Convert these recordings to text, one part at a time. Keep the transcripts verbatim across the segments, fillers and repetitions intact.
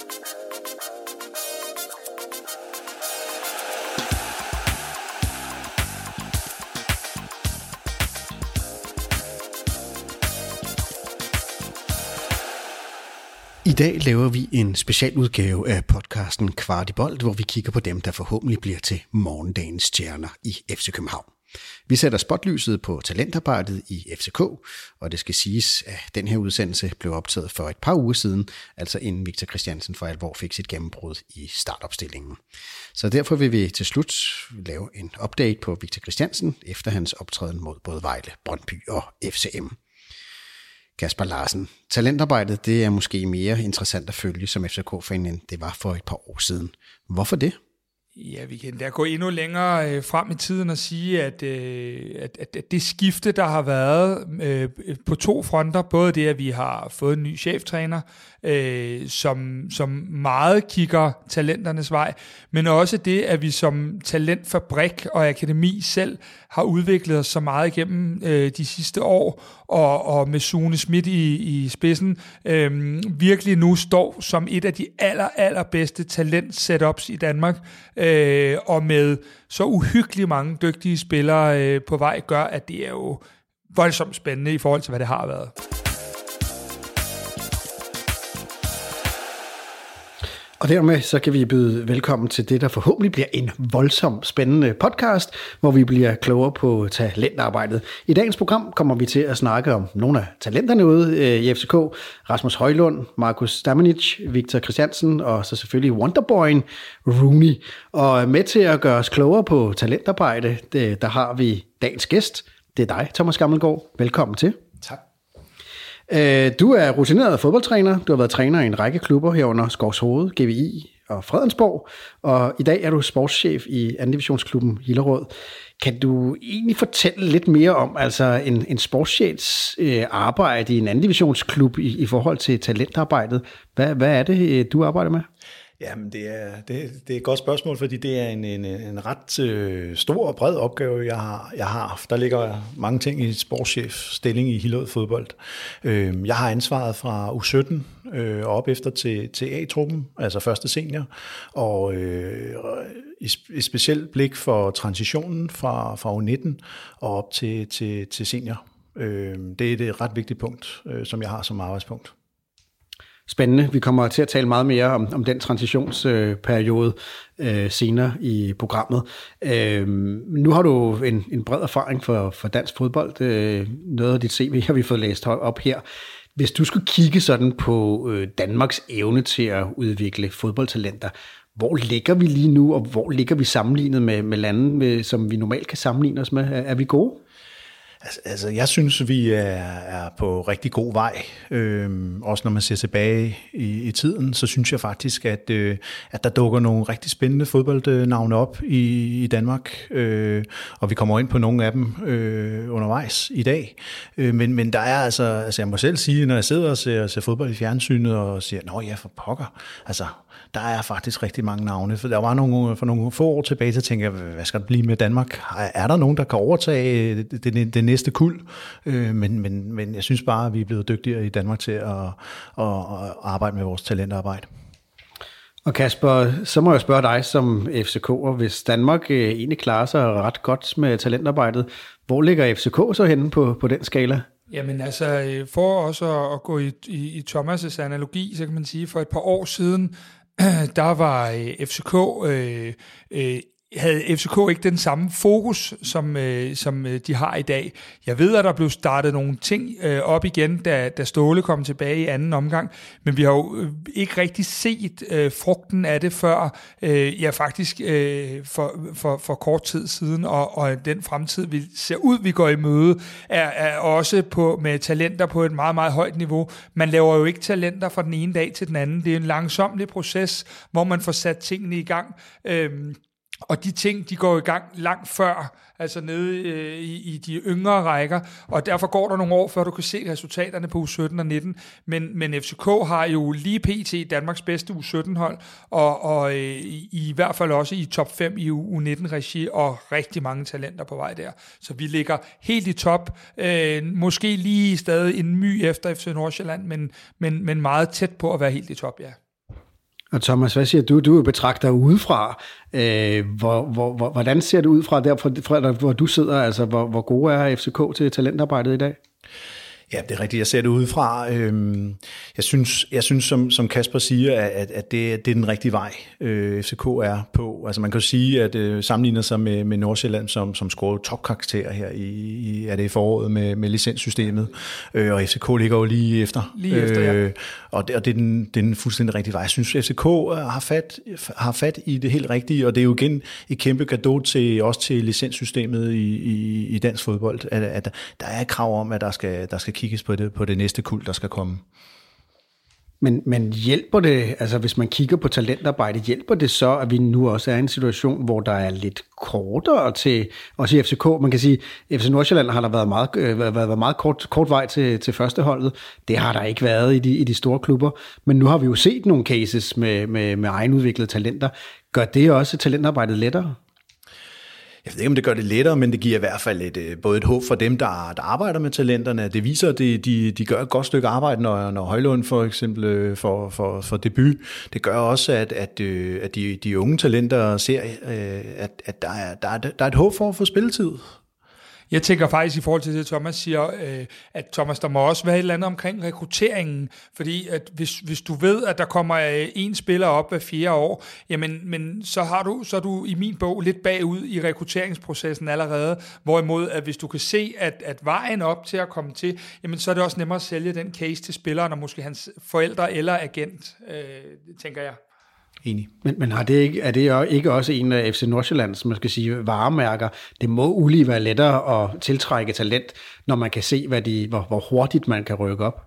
I dag laver vi en specialudgave af podcasten Kvart i Bold, hvor vi kigger på dem, der forhåbentlig bliver til morgendagens stjerner i F C København. Vi sætter spotlyset på talentarbejdet i F C K, og det skal siges, at den her udsendelse blev optaget for et par uger siden, altså inden Victor Christiansen for alvor fik sit gennembrud i startopstillingen. Så derfor vil vi til slut lave en update på Victor Christiansen efter hans optræden mod både Vejle, Brøndby og F C M. Kasper Larsen, talentarbejdet det er måske mere interessant at følge som F C K-fan, end det var for et par år siden. Hvorfor det? Ja, vi kan da gå endnu længere øh, frem i tiden og sige, at, øh, at, at, at det skifte, der har været øh, på to fronter, både det, at vi har fået en ny cheftræner, øh, som, som meget kigger talenternes vej, men også det, at vi som talentfabrik og akademi selv har udviklet os så meget igennem øh, de sidste år, og, og med Sune Schmidt i, i spidsen, øh, virkelig nu står som et af de aller, allerbedste talent-setups i Danmark, øh, og med så uhyggeligt mange dygtige spillere øh, på vej, gør, at det er jo voldsomt spændende i forhold til, hvad det har været. Og dermed så kan vi byde velkommen til det, der forhåbentlig bliver en voldsomt spændende podcast, hvor vi bliver klogere på talentarbejdet. I dagens program kommer vi til at snakke om nogle af talenterne ude i F C K. Rasmus Højlund, Markus Stamenic, Victor Christiansen og så selvfølgelig Wonderboyen Rooney. Og med til at gøre os klogere på talentarbejde, det, der har vi dagens gæst. Det er dig, Thomas Gammelgaard. Velkommen til. Tak. Du er rutineret fodboldtræner. Du har været træner i en række klubber herunder Skovshoved, G V I og Fredensborg. Og i dag er du sportschef i anden divisionsklubben Hillerød. Kan du egentlig fortælle lidt mere om altså en, en sportschefs øh, arbejde i en anden divisionsklub i, i forhold til talentarbejdet? Hvad, hvad er det, du arbejder med? Jamen, det er, det, det er et godt spørgsmål, fordi det er en, en, en ret øh, stor og bred opgave, jeg har, jeg har. Der ligger mange ting i sportschefstilling i Hillerød fodbold. Øh, jeg har ansvaret fra U sytten øh, og op efter til, til A-truppen, altså første senior, og øh, i, i specielt blik for transitionen fra, fra U nitten og op til, til, til senior. Øh, det er et ret vigtigt punkt, øh, som jeg har som arbejdspunkt. Spændende. Vi kommer til at tale meget mere om, om den transitionsperiode øh, senere i programmet. Øh, nu har du en, en bred erfaring for, for dansk fodbold. Øh, noget af dit C V har vi fået læst op her. Hvis du skulle kigge sådan på øh, Danmarks evne til at udvikle fodboldtalenter, hvor ligger vi lige nu, og hvor ligger vi sammenlignet med, med lande, med, som vi normalt kan sammenligne os med? Er, er vi gode? Altså, jeg synes, vi er, er på rigtig god vej. Øhm, også når man ser tilbage i, i tiden, så synes jeg faktisk, at, øh, at der dukker nogle rigtig spændende fodboldnavne op i, i Danmark. Øh, og vi kommer ind på nogle af dem øh, undervejs i dag. Øh, men, men der er altså, altså, jeg må selv sige, når jeg sidder og ser, ser fodbold i fjernsynet og siger, nå ja, for pokker, altså, der er faktisk rigtig mange navne. For der var nogle, for nogle få år tilbage, så tænkte jeg, hvad skal det blive med Danmark? Er der nogen, der kan overtage det, det, det næste kuld? Øh, men, men, men jeg synes bare, at vi er blevet dygtigere i Danmark til at, at, at arbejde med vores talentarbejde. Og Kasper, så må jeg spørge dig som F C K'er, hvis Danmark egentlig klarer sig ret godt med talentarbejdet, hvor ligger F C K så henne på, på den skala? Jamen altså, for også at gå i, i, i Thomas' analogi, så kan man sige, for et par år siden, der var F C K, øh, øh, havde F C K ikke den samme fokus, som, øh, som de har i dag. Jeg ved, at der blev startet nogle ting øh, op igen, da, da Ståle kom tilbage i anden omgang, men vi har jo øh, ikke rigtig set øh, frugten af det før, øh, ja faktisk øh, for, for, for kort tid siden, og, og den fremtid, vi ser ud, vi går i møde, er, er også på, med talenter på et meget, meget højt niveau. Man laver jo ikke talenter fra den ene dag til den anden. Det er en langsomlig proces, hvor man får sat tingene i gang. Øh, Og de ting, de går i gang langt før, altså nede øh, i, i de yngre rækker, og derfor går der nogle år, før du kan se resultaterne på U sytten og nitten. Men, men F C K har jo lige pt. Danmarks bedste U sytten-hold, og, og øh, i, i hvert fald også i top fem i U nitten-regi, og rigtig mange talenter på vej der. Så vi ligger helt i top, øh, måske lige stadig en my efter F C Nordsjælland, men, men, men meget tæt på at være helt i top, ja. Og Thomas, hvad siger du? Du er betragter udefra. Øh, hvor, hvor, hvor, hvordan ser det ud fra der, fra, fra, hvor du sidder? Altså, hvor, hvor gode er F C K til talentarbejdet i dag? Ja, det er rigtigt. Jeg ser det udefra. Jeg synes, jeg synes som, som Kasper siger, at, at det, det er den rigtige vej, F C K er på. Altså man kan jo sige, at sammenligner sig med, med Nordsjælland, som, som scorede topkarakter her i, i er det i foråret med, med licenssystemet. Og F C K ligger jo lige efter. Lige efter, ja. Og det, og det er den, den fuldstændig rigtige vej. Jeg synes, F C K har fat, har fat i det helt rigtige, og det er jo igen et kæmpe cadeau til, også til licenssystemet i, i, i dansk fodbold, at, at der er et krav om, at der skal, der skal kigges på det, på det næste kuld, der skal komme. Men, men hjælper det, altså hvis man kigger på talentarbejde, hjælper det så, at vi nu også er i en situation, hvor der er lidt kortere til, også i F C K, man kan sige, F C Nordsjælland har der været meget, øh, været meget kort, kort vej til, til førsteholdet. Det har der ikke været i de, i de store klubber, men nu har vi jo set nogle cases med, med, med egenudviklede talenter. Gør det også talentarbejdet lettere? Jeg ved ikke, om det gør det lettere, men det giver i hvert fald et, både et håb for dem, der, der arbejder med talenterne. Det viser, at de, de, de gør et godt stykke arbejde, når, når Højlund for eksempel for, for, for debut. Det gør også, at, at, at de, de unge talenter ser, at, at der, er, der, er, der er et håb for at få spilletid. Jeg tænker faktisk i forhold til det, Thomas siger, øh, at Thomas, der må også være et eller andet omkring rekrutteringen, fordi at hvis, hvis du ved, at der kommer øh, en spiller op hver fjerde år, jamen men så har du så er du i min bog lidt bagud i rekrutteringsprocessen allerede, hvorimod at hvis du kan se, at, at vejen op til at komme til, jamen så er det også nemmere at sælge den case til spilleren, og måske hans forældre eller agent, øh, tænker jeg. Enig. Men, men har det ikke, er det ikke også en af F C Nordsjællands, man skal sige, varemærker? Det må ulige være lettere at tiltrække talent, når man kan se, hvad de, hvor, hvor hurtigt man kan rykke op.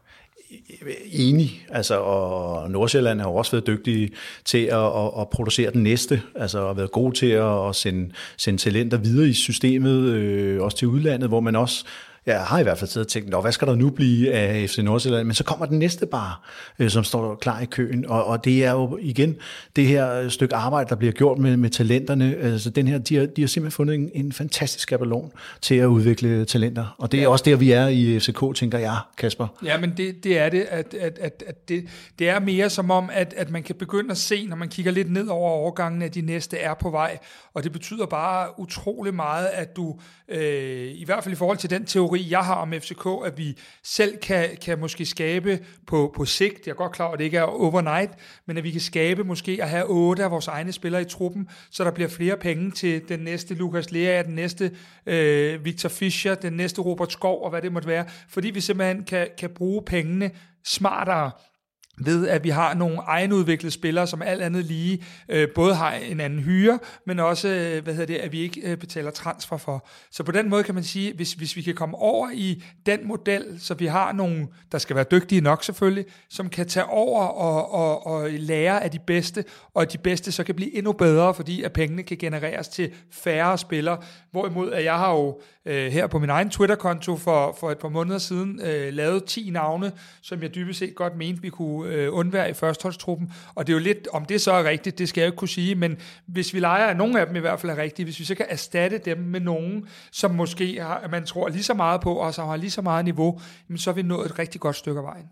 Enig, altså, og Nordsjælland har jo også været dygtige til at, at, at producere den næste, altså har været gode til at, at sende, sende talenter videre i systemet, øh, også til udlandet, hvor man også jeg har i hvert fald siddet og tænkt, hvad skal der nu blive af F C Nordsjælland? Men så kommer den næste bare, øh, som står klar i køen. Og, og det er jo igen det her stykke arbejde, der bliver gjort med, med talenterne. Altså den her, de har, de har simpelthen fundet en, en fantastisk skabelon til at udvikle talenter. Og det er ja. også der, vi er i F C K, tænker jeg, Kasper. Ja, men det, det er det. At, at, at, at det, det er mere som om, at, at man kan begynde at se, når man kigger lidt ned over overgangen, at de næste er på vej. Og det betyder bare utrolig meget, at du, øh, i hvert fald i forhold til den teori, jeg har om F C K, at vi selv kan, kan måske skabe på, på sigt, jeg er godt klar, at det ikke er overnight, men at vi kan skabe måske at have otte af vores egne spillere i truppen, så der bliver flere penge til den næste Lukas Lea, den næste øh, Victor Fischer, den næste Robert Skov, og hvad det måtte være, fordi vi simpelthen kan, kan bruge pengene smartere, ved at vi har nogle egenudviklede spillere, som alt andet lige øh, både har en anden hyre, men også, øh, hvad hedder det, at vi ikke øh, betaler transfer for. Så på den måde kan man sige, hvis, hvis vi kan komme over i den model, så vi har nogle, der skal være dygtige nok selvfølgelig, som kan tage over og, og, og lære af de bedste, og at de bedste så kan blive endnu bedre, fordi at pengene kan genereres til færre spillere. Hvorimod at jeg har jo øh, her på min egen Twitter-konto for, for et par måneder siden øh, lavet ti navne, som jeg dybest set godt mente, vi kunne undvære i førsteholdstruppen, og det er jo lidt, om det så er rigtigt, det skal jeg ikke kunne sige, men hvis vi leger, at nogle af dem i hvert fald er rigtige, hvis vi så kan erstatte dem med nogen, som måske har, man tror lige så meget på, og som har lige så meget niveau, så er vi nået et rigtig godt stykke af vejen.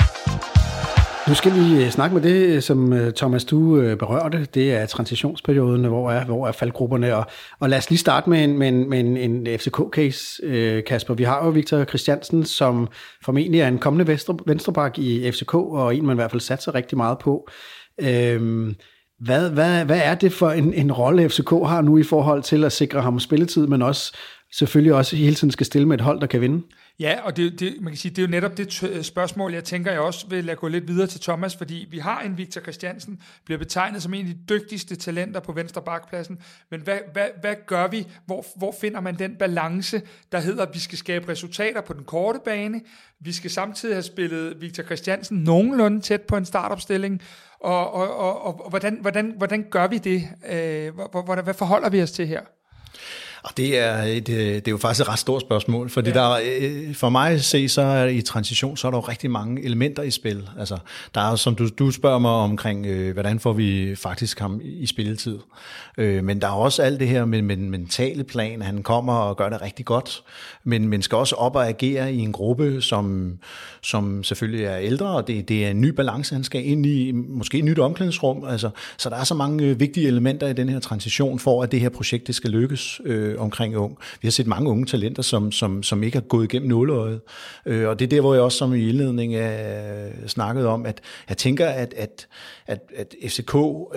Nu skal vi snakke med det, som Thomas, du berørte. Det er transitionsperioden, hvor er, hvor er faldgrupperne. Og, og lad os lige starte med en, med en, med en, en F C K-case, Kasper. Vi har jo Victor Christiansen, som formentlig er en kommende venstre, venstreback i F C K, og en, man i hvert fald satser rigtig meget på. Øhm, hvad, hvad, hvad er det for en, en rolle, F C K har nu i forhold til at sikre ham spilletid, men også selvfølgelig også hele tiden skal stille med et hold, der kan vinde? Ja, og det, det, man kan sige, det er jo netop det t- spørgsmål, jeg tænker, jeg også vil lade gå lidt videre til Thomas, fordi vi har en Victor Christiansen, bliver betegnet som en af de dygtigste talenter på venstre bakpladsen, men hvad, hvad, hvad gør vi? Hvor, hvor finder man den balance, der hedder, at vi skal skabe resultater på den korte bane, vi skal samtidig have spillet Victor Christiansen nogenlunde tæt på en startopstilling, og, og, og, og hvordan, hvordan, hvordan gør vi det? Øh, hvordan, hvad forholder vi os til her? Og det er, et, det er jo faktisk et ret stort spørgsmål, fordi ja. der, for mig at se, så er i transition, så er der jo rigtig mange elementer i spil. Altså, der er, som du, du spørger mig omkring, øh, hvordan får vi faktisk ham i spilletid. Øh, men der er også alt det her med, med den mentale plan, han kommer og gør det rigtig godt, men man skal også op og agere i en gruppe, som, som selvfølgelig er ældre, og det, det er en ny balance, han skal ind i, måske et nyt omklædningsrum. Altså, så der er så mange vigtige elementer i den her transition, for at det her projekt det skal lykkes øh, omkring ung. Vi har set mange unge talenter, som, som, som ikke har gået igennem nåleøjet. Øh, og det er der, hvor jeg også som i indledning øh, snakkede om, at jeg tænker, at, at, at, at F C K,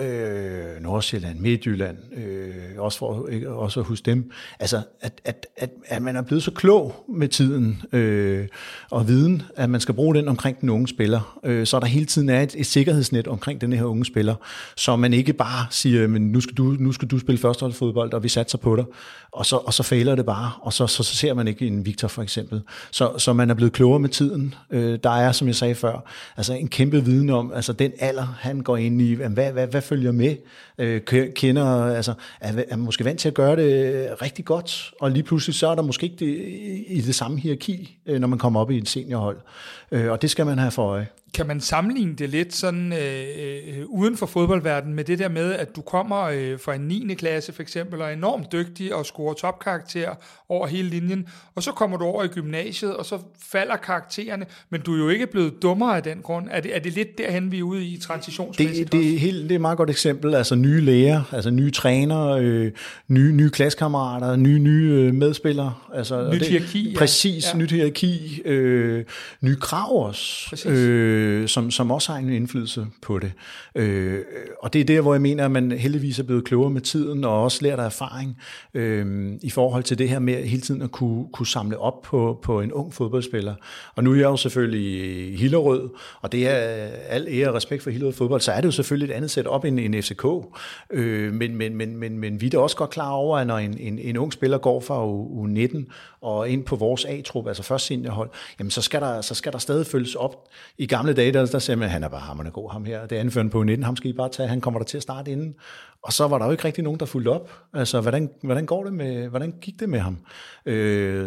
øh, Nordsjælland, Midtjylland, øh, også for ikke, også at huske dem, altså at, at, at, at man er blevet så klog med tiden øh, og viden, at man skal bruge den omkring den unge spiller. Øh, så der hele tiden er et, et sikkerhedsnet omkring den her unge spiller, så man ikke bare siger, men nu skal du, nu skal du spille førsteholdsfodbold, og vi satser på dig, og så, og så fejler det bare, og så, så, så ser man ikke en Victor for eksempel. Så, så man er blevet klogere med tiden. Øh, der er, som jeg sagde før, altså en kæmpe viden om, altså den alder, han går ind i, hvad, hvad, hvad følger med, øh, kender, altså er, er måske vant til at gøre det rigtig godt, og lige pludselig så er der måske ikke det, i det samme hierarki, øh, når man kommer op i et seniorhold. Øh, og det skal man have for øje. Kan man sammenligne det lidt sådan øh, øh, uden for fodboldverdenen med det der med, at du kommer øh, fra en niende klasse for eksempel, og er enormt dygtig og scorer topkarakter over hele linjen, og så kommer du over i gymnasiet, og så falder karaktererne, men du er jo ikke blevet dummere af den grund. Er det, er det lidt derhen, vi er ude i transitionsmæssigt? Det, det, er, helt, det er et meget godt eksempel. Altså nye læger, altså nye trænere, øh, nye, nye klassekammerater, nye, nye medspillere. Altså, nyt hierarki. Præcis, ja. Nyt hierarki. Øh, nye krav også. Øh, Som, som også har en indflydelse på det. Øh, og det er der, hvor jeg mener, at man heldigvis er blevet klogere med tiden, og også lært af erfaring øh, i forhold til det her med hele tiden at kunne, kunne samle op på, på en ung fodboldspiller. Og nu er jeg jo selvfølgelig i Hillerød, og det er al ære og respekt for Hillerød fodbold, så er det jo selvfølgelig et andet setup end en F C K. Øh, men, men, men, men, men vi er da også godt klar over, at når en, en, en ung spiller går fra U nitten og ind på vores A-trup, altså først seniorhold, jamen så skal der, så skal der stadig følges op. I gamle dage, der, der sagde man, han er bare hamrende god, ham her. Det er anføren på U nitten, ham skal I bare tage, han kommer der til at starte inden. Og så var der jo ikke rigtig nogen, der fulgte op. Altså, hvordan, hvordan går det med, hvordan gik det med ham? Øh,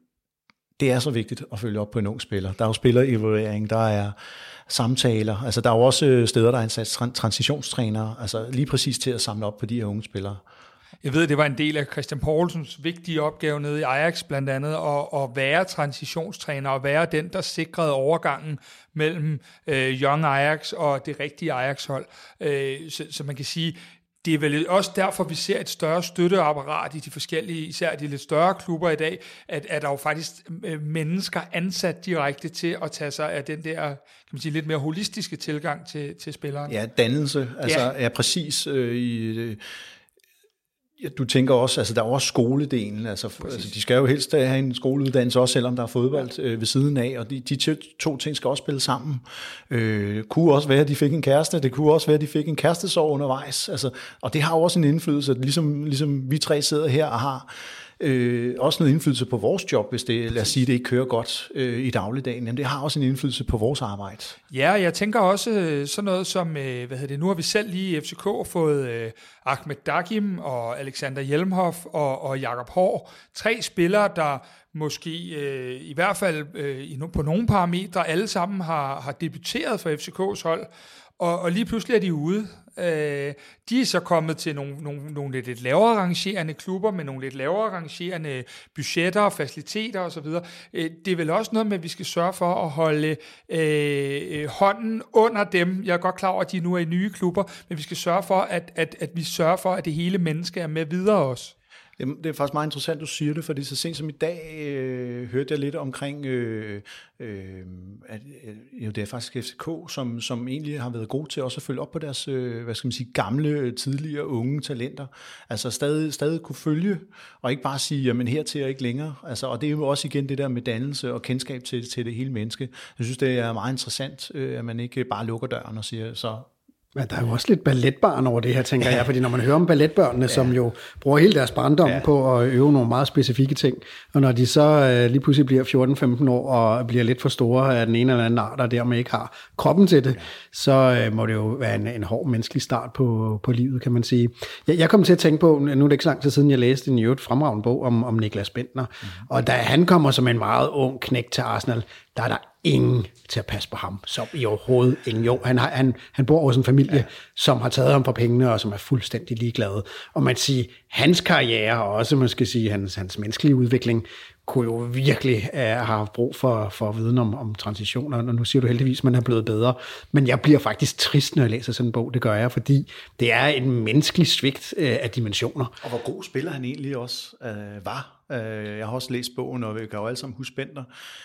det er så vigtigt at følge op på en ung spiller. Der er jo spillerevaluering, der er samtaler, altså der er jo også steder, der er ansat transitionstrænere, altså lige præcis til at samle op på de her unge spillere. Jeg ved, det var en del af Christian Poulsens vigtige opgave nede i Ajax blandt andet, at, at være transitionstræner og være den, der sikrede overgangen mellem øh, Young Ajax og det rigtige Ajax-hold. Øh, så, så man kan sige, det er vel også derfor, vi ser et større støtteapparat i de forskellige, især de lidt større klubber i dag, at, at der jo faktisk mennesker ansat direkte til at tage sig af den der, kan man sige, lidt mere holistiske tilgang til, til spilleren. Ja, dannelse. Altså, ja, ja præcis øh, i... Ja, du tænker også, altså der er også skoledelen, altså, altså de skal jo helst have en skoleuddannelse også, selvom der er fodbold øh, ved siden af, og de, de to ting skal også spille sammen. Øh, det kunne også være, at de fik en kæreste, det kunne også være, at de fik en kærestesorg undervejs, altså, og det har jo også en indflydelse, ligesom, ligesom vi tre sidder her og har øh, også noget indflydelse på vores job, hvis det, lad os sige, det ikke kører godt øh, i dagligdagen. Jamen, det har også en indflydelse på vores arbejde. Ja, jeg tænker også sådan noget som, øh, hvad hedder det, nu har vi selv lige i F C K fået øh, Ahmed Dagim og Alexander Hjelmhoff og, og Jakob Hår. Tre spillere, der måske øh, i hvert fald øh, på nogle parametre alle sammen har, har debuteret for F C K's hold, og, og lige pludselig er de ude. Øh, de er så kommet til nogle, nogle, nogle lidt, lidt lavere rangerende klubber med nogle lidt lavere rangerende budgetter, faciliteter osv. Øh, det er vel også noget med, at vi skal sørge for at holde øh, hånden under dem. Jeg er godt klar over, at de nu er i nye klubber, men vi skal sørge for, at, at, at vi sørger for, at det hele menneske er med videre også. Det er faktisk meget interessant, du siger det, fordi så sent som i dag øh, hørte jeg lidt omkring, øh, øh, at øh, det er faktisk F C K, som, som egentlig har været gode til også at følge op på deres, øh, hvad skal man sige, gamle, tidligere, unge talenter. Altså stadig, stadig kunne følge, og ikke bare sige, jamen hertil og ikke længere. Altså, og det er jo også igen det der med dannelse og kendskab til, til det hele menneske. Jeg synes, det er meget interessant, øh, at man ikke bare lukker døren og siger, så Men der er jo også lidt balletbarn over det her, tænker jeg, fordi når man hører om balletbørnene, ja. som jo bruger hele deres barndom ja. på at øve nogle meget specifikke ting, og når de så øh, lige pludselig bliver fjorten femten år og bliver lidt for store af den ene eller anden art, og dermed ikke har kroppen til det, ja. så øh, må det jo være en, en hård menneskelig start på, på livet, kan man sige. Jeg, jeg kom til at tænke på, nu er det ikke så lang tid siden, jeg læste en i øvrigt fremragende bog om, om Niklas Bendtner, mm-hmm. og da han kommer som en meget ung knægt til Arsenal, der er der ingen til at passe på ham, som i overhovedet ingen. Jo, han, har, han, han bor hos en familie, ja. som har taget ham for pengene, og som er fuldstændig ligeglade. Og man siger, hans karriere, og også man skal sige, hans, hans menneskelige udvikling, kunne jo virkelig uh, have haft brug for, for viden om, om transitioner, og nu siger du heldigvis, at man er blevet bedre. Men jeg bliver faktisk trist, når jeg læser sådan en bog, det gør jeg, fordi det er en menneskelig svigt uh, af dimensioner. Og hvor god spiller han egentlig også uh, var. Uh, jeg har også læst bogen, og vi kan jo alle sammen huske Bendtner.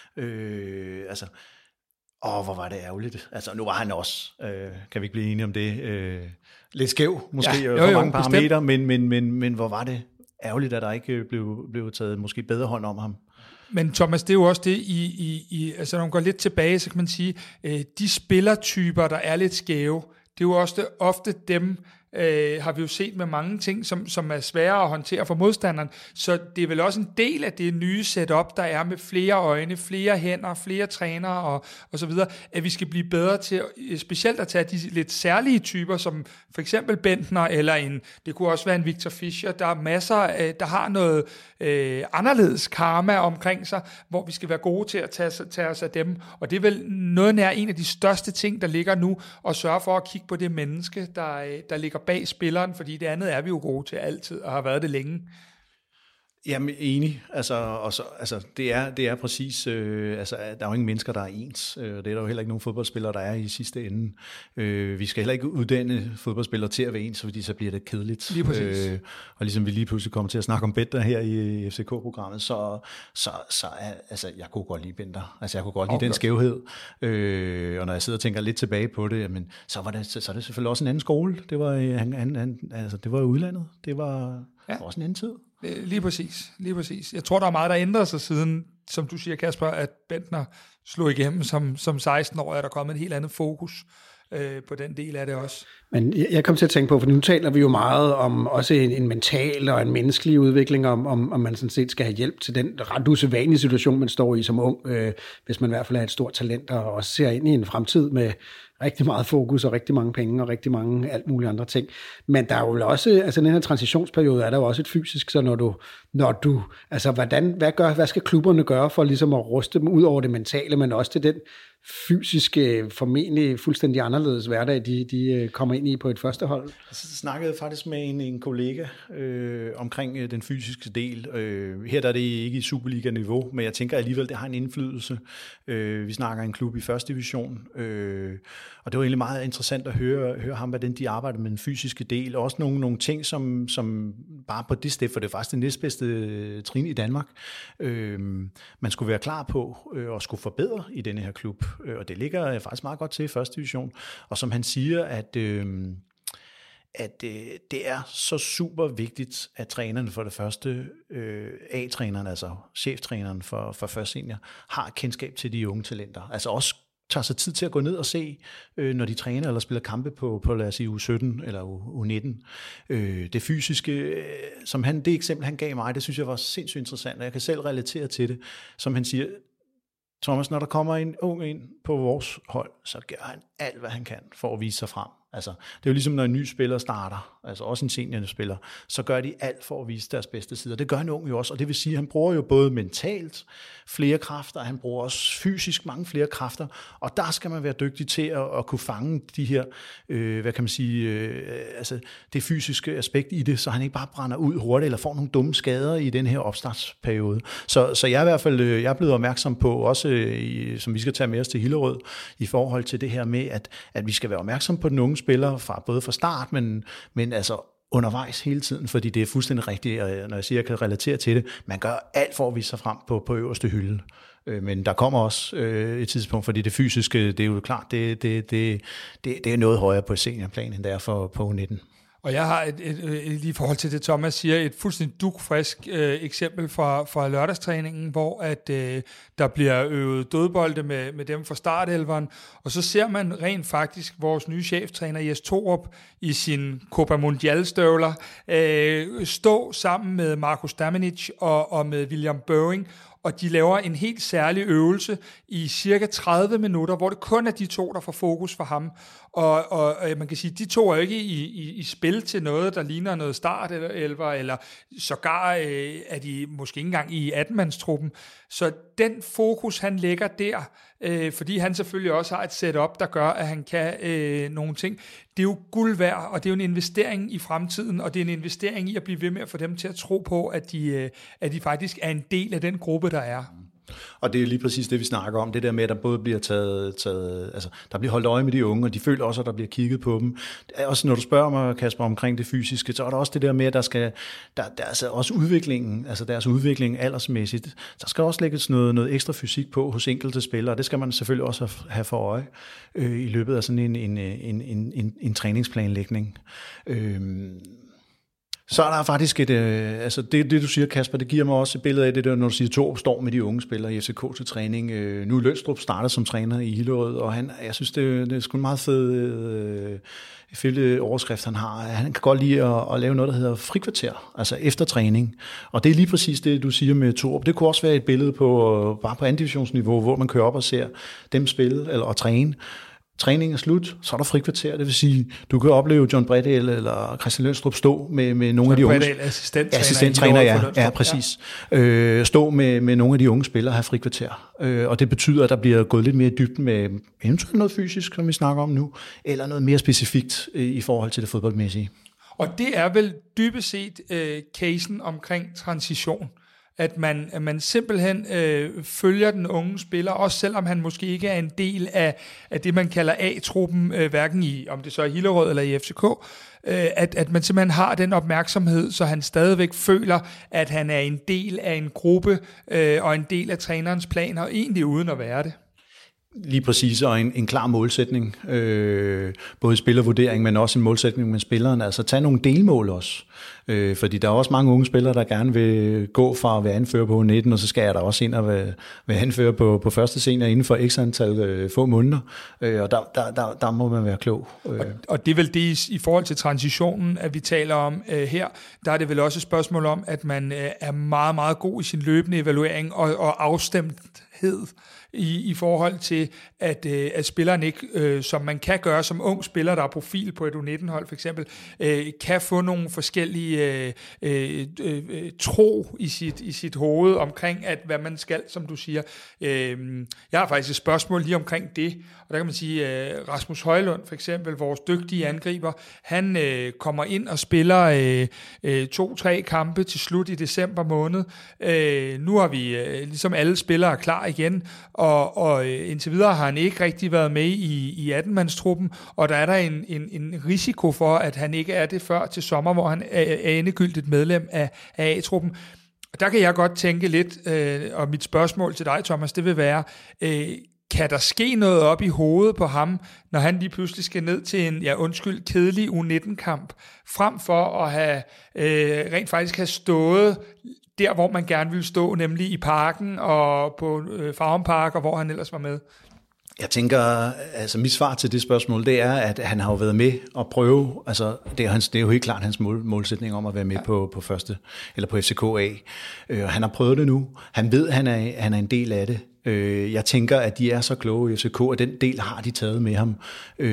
Uh, altså, åh, hvor var det ærgerligt. Altså, nu var han også, uh, kan vi ikke blive enige om det, uh, lidt skæv, måske, ja, jo, jo, på mange parametre, men, men, men, men hvor var det ærgerligt, at der ikke blev, blev taget måske bedre hånd om ham. Men Thomas, det er jo også det, i, i, i, altså når man går lidt tilbage, så kan man sige, øh, de spillertyper, der er lidt skæve, det er jo også det, ofte dem, øh, har vi jo set med mange ting, som, som er svære at håndtere for modstanderen. Så det er vel også en del af det nye setup, der er med flere øjne, flere hænder, flere trænere og, og så videre, at vi skal blive bedre til, specielt at tage de lidt særlige typer, som for eksempel Bendtner, eller en, det kunne også være en Victor Fischer. Der er masser, øh, der har noget øh, anderledes karma omkring sig, hvor vi skal være gode til at tage, tage os af dem. Og det er vel noget nær en af de største ting, der ligger nu, at sørge for at kigge på det menneske, der, der ligger bag spilleren, fordi det andet er vi jo gode til altid, og har været det længe. Jamen enig, altså, og så, altså det, er, det er præcis, øh, altså der er jo ingen mennesker, der er ens, øh, det er der jo heller ikke nogen fodboldspillere, der er i sidste ende. Øh, vi skal heller ikke uddanne fodboldspillere til at være ens, fordi så bliver det kedeligt. Lige præcis. Øh, og ligesom vi lige pludselig kommer til at snakke om Bendtner her i F C K-programmet, så, så, så er, altså jeg kunne godt lide Bendtner, altså jeg kunne godt lide okay. den skævhed, øh, og når jeg sidder og tænker lidt tilbage på det, jamen, så var det, så, så er det selvfølgelig også en anden skole, det var, han, han, han, altså, det var udlandet, det var ja. også en anden tid. Lige præcis, lige præcis. Jeg tror, der er meget, der ændrer sig siden, som du siger, Kasper, at Bendtner slog igennem som, som seksten-årig, er der kommet et helt andet fokus øh, på den del af det også. Men jeg kom til at tænke på, for nu taler vi jo meget om også en, en mental og en menneskelig udvikling, om, om, om man sådan set skal have hjælp til den ret usædvanlige situation, man står i som ung, øh, hvis man i hvert fald er et stort talent, og også ser ind i en fremtid med rigtig meget fokus og rigtig mange penge og rigtig mange alt mulige andre ting. Men der er jo også, altså den her transitionsperiode er der jo også et fysisk, så når du, når du altså hvordan, hvad, gør, hvad skal klubberne gøre for ligesom at ruste dem ud over det mentale, men også til den fysiske, formentlig fuldstændig anderledes hverdag, de, de kommer ind i på et første hold? Jeg snakkede faktisk med en, en kollega øh, omkring øh, den fysiske del. Øh, her der er det ikke i Superliga-niveau, men jeg tænker alligevel, det har en indflydelse. Øh, vi snakker en klub i første division, øh, og det var egentlig meget interessant at høre, høre ham, hvordan de arbejder med den fysiske del. Også nogle, nogle ting, som, som bare på det sted, for det er faktisk det næstbedste trin i Danmark, øh, man skulle være klar på øh, og skulle forbedre i denne her klub. Og det ligger faktisk meget godt til i første division. Og som han siger, at, øh, at øh, det er så super vigtigt, at trænerne for det første, øh, A-træneren, altså cheftræneren for, for første senior, har kendskab til de unge talenter. Altså også tager sig tid til at gå ned og se, øh, når de træner eller spiller kampe på, på lad os sige, U sytten eller U nitten. Øh, det fysiske, øh, som han, det eksempel, han gav mig, det synes jeg var sindssygt interessant, og jeg kan selv relatere til det. Som han siger, Thomas, når der kommer en ung ind på vores hold, så gør han alt, hvad han kan for at vise sig frem. Altså, det er jo ligesom, når en ny spiller starter, altså også en seniorspiller, så gør de alt for at vise deres bedste sider. Det gør en ung jo også, og det vil sige, at han bruger jo både mentalt flere kræfter, og han bruger også fysisk mange flere kræfter, og der skal man være dygtig til at, at kunne fange de her, øh, hvad kan man sige, øh, altså det fysiske aspekt i det, så han ikke bare brænder ud hurtigt, eller får nogle dumme skader i den her opstartsperiode. Så, så jeg er i hvert fald jeg er blevet opmærksom på, også i, som vi skal tage med os til Hillerød, i forhold til det her med, at, at vi skal være opmærksom på den unge spillere, fra, både fra start, men, men altså undervejs hele tiden, fordi det er fuldstændig rigtigt, når jeg siger, at jeg kan relatere til det. Man gør alt for at vise sig frem på, på øverste hylde. Men der kommer også øh, et tidspunkt, fordi det fysiske, det er jo klart, det, det, det, det, det er noget højere på seniorplan, end det er for på U nitten. Og jeg har et, et, et, et, i forhold til det, Thomas siger, et fuldstændig dugfrisk øh, eksempel fra, fra lørdagstræningen, hvor at øh, der bliver øvet dødbolde med, med dem fra startelveren, og så ser man rent faktisk vores nye cheftræner, Jes Torup, i sin Copa Mundial-støvler, øh, stå sammen med Markus Damenic og, og med William Boeing, og de laver en helt særlig øvelse i cirka tredive minutter, hvor det kun er de to, der får fokus for ham. Og, og man kan sige, de to er jo ikke i, i, i spil til noget, der ligner noget start eller elver, eller sågar øh, er de måske ikke engang i atten-mandstruppen. Så den fokus, han lægger der, øh, fordi han selvfølgelig også har et setup, der gør, at han kan øh, nogle ting, det er jo guld værd, og det er jo en investering i fremtiden, og det er en investering i at blive ved med at få dem til at tro på, at de, øh, at de faktisk er en del af den gruppe, der er. Og det er lige præcis det, vi snakker om, det der med, at der både bliver taget, taget altså der bliver holdt øje med de unge, og de føler også, at der bliver kigget på dem. Også når du spørger mig, Kasper, omkring det fysiske, så er der også det der med, at der skal, der, der altså også udviklingen, altså deres udvikling aldersmæssigt, der skal også lægges noget, noget ekstra fysik på hos enkelte spillere, og det skal man selvfølgelig også have for øje øh, i løbet af sådan en, en, en, en, en, en træningsplanlægning. Øh, Så er der faktisk et, øh, altså det, det du siger, Kasper, det giver mig også et billede af det der, når du siger, to står med de unge spillere i F C K til træning. Øh, nu er Lønstrup startet som træner i Hillerød, og han, jeg synes, det, det er sgu en meget fed øh, ifølge overskrift, han har. Han kan godt lide at, at lave noget, der hedder frikvarter, altså efter træning. Og det er lige præcis det, du siger med Torup. Det kunne også være et billede på, bare på anden divisionsniveau, hvor man kører op og ser dem spille eller og træne. Træningen er slut, så er der frikvarter, det vil sige, du kan opleve John Bredal eller Christian Lønstrup stå med, med nogle John af de unge... Bredal, assistenttræner. Assistenttræner, ja, ja, præcis. Ja. Øh, stå med, med nogle af de unge spillere og have frikvarter. Øh, og det betyder, at der bliver gået lidt mere i dybden med eventuelt noget fysisk, som vi snakker om nu, eller noget mere specifikt øh, i forhold til det fodboldmæssige. Og det er vel dybest set øh, casen omkring transition. At man, at man simpelthen øh, følger den unge spiller, også selvom han måske ikke er en del af, af det, man kalder A-truppen, øh, hverken i, om det så er Hillerød eller i F C K, øh, at, at man simpelthen har den opmærksomhed, så han stadigvæk føler, at han er en del af en gruppe, øh, og en del af trænerens planer, egentlig uden at være det. Lige præcis, og en, en klar målsætning, øh, både spillervurdering, men også en målsætning med spilleren, altså tage nogle delmål også, øh, fordi der er også mange unge spillere, der gerne vil gå fra at være anfører på U nitten, og så skal jeg der også ind og være, være anfører på, på første senior inden for x antal øh, få måneder, øh, og der, der, der, der må man være klog. Øh. Og, og det er vel det i, i forhold til transitionen, at vi taler om øh, her, der er det vel også et spørgsmål om, at man øh, er meget, meget god i sin løbende evaluering og, og afstemthed, I, i forhold til, at, øh, at spilleren ikke, øh, som man kan gøre som ung spiller, der er profil på et U nitten-hold for eksempel, øh, kan få nogle forskellige øh, øh, øh, tro i sit, i sit hoved omkring, at hvad man skal, som du siger. Øh, jeg har faktisk et spørgsmål lige omkring det, og der kan man sige, øh, Rasmus Højlund for eksempel, vores dygtige angriber, han øh, kommer ind og spiller øh, øh, to-tre kampe til slut i december måned. Øh, nu har vi øh, ligesom alle spillere klar igen, Og, og indtil videre har han ikke rigtig været med i, i atten-mandstruppen, og der er der en, en, en risiko for, at han ikke er det før til sommer, hvor han er, er endegyldigt medlem af, af A-truppen. Og der kan jeg godt tænke lidt, øh, og mit spørgsmål til dig, Thomas, det vil være, øh, kan der ske noget op i hovedet på ham, når han lige pludselig skal ned til en, ja undskyld, kedelig U nitten-kamp, frem for at have øh, rent faktisk have stået der, hvor man gerne ville stå, nemlig i parken og på øh, Farum Park, og hvor han ellers var med? Jeg tænker, altså mit svar til det spørgsmål, det er, at han har jo været med at prøve, altså det er, hans, det er jo helt klart hans mål, målsætning om at være med ja. på, på første, eller på F C K A. Øh, han har prøvet det nu. Han ved, at han er, han er en del af det. Øh, jeg tænker, at de er så kloge i F C K, og den del har de taget med ham.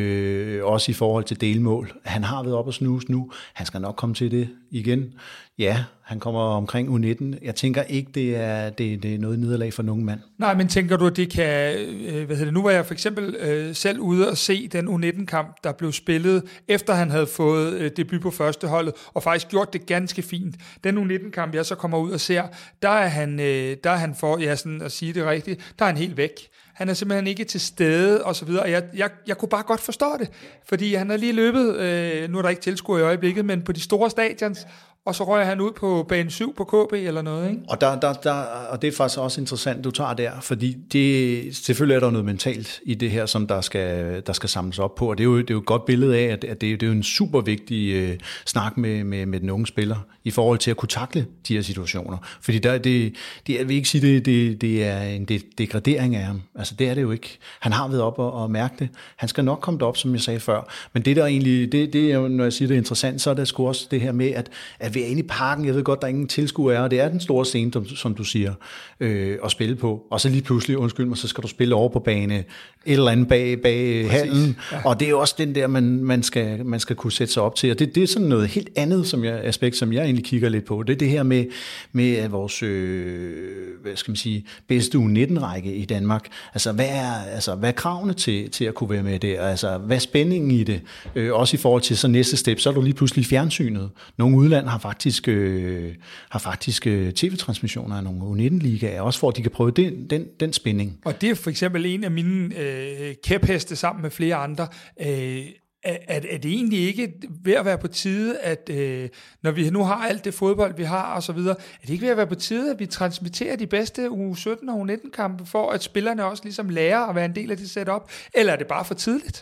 Øh, også i forhold til delmål. Han har været op og snuse nu. Han skal nok komme til det igen. Ja, han kommer omkring U nitten. Jeg tænker ikke, det er, det, det er noget nederlag for nogen mand. Nej, men tænker du, at det kan... Øh, hvad hedder det? Nu var jeg for eksempel øh, selv ude og se den U nitten-kamp, der blev spillet, efter han havde fået øh, debut på førsteholdet, og faktisk gjort det ganske fint. Den U nitten-kamp, jeg så kommer ud og ser, der er han, øh, der er han for, ja, sådan at sige det rigtigt, der er han helt væk. Han er simpelthen ikke til stede, og så videre. Og jeg, jeg, jeg kunne bare godt forstå det, fordi han har lige løbet, øh, nu er der ikke tilskuer i øjeblikket, men på de store stadions, og så røg han ud på bane syv på K B eller noget, ikke? Og, der, der, der, og det er faktisk også interessant, du tager der, fordi det, selvfølgelig er der noget mentalt i det her, som der skal, der skal samles op på, og det er jo, det er jo et godt billede af, at, at det, det er jo en super vigtig øh, snak med, med, med den unge spiller, i forhold til at kunne takle de her situationer. Fordi der, det, det, jeg vil ikke sige, det, det, det er en degradering af ham. Altså det er det jo ikke. Han har været op og, og mærke det. Han skal nok komme derop, som jeg sagde før. Men det der egentlig, det, det er jo, når jeg siger det er interessant, så er det sgu også det her med, at, at vi er inde i parken, jeg ved godt, der er ingen tilskuer er, og det er den store scene, som, som du siger, øh, at spille på. Og så lige pludselig, undskyld mig, så skal du spille over på bane, et eller andet bag, bag hallen. Ja. Og det er jo også den der, man, man, skal, man skal kunne sætte sig op til. Og det, det er sådan noget helt andet som jeg, aspekt, som jeg egentlig kigger lidt på. Det er det her med, med vores øh, hvad skal man sige, bedste U nitten-række i Danmark. Altså, hvad er, altså, hvad er kravene til, til at kunne være med der? Altså, hvad er spændingen i det? Øh, også i forhold til så næste step, så er du lige pludselig fjernsynet. Nogle udland har faktisk, øh, har faktisk øh, tv-transmissioner af nogle U nitten-ligaer, også for at de kan prøve den, den, den spænding. Og det er for eksempel en af mine øh, kæpheste sammen med flere andre. Øh, Er, er det egentlig ikke ved at være på tide, at øh, når vi nu har alt det fodbold, vi har og så videre, er det ikke ved at være på tide, at vi transmitterer de bedste U sytten og U nitten-kampe, for at spillerne også ligesom lærer at være en del af det setup, eller er det bare for tidligt?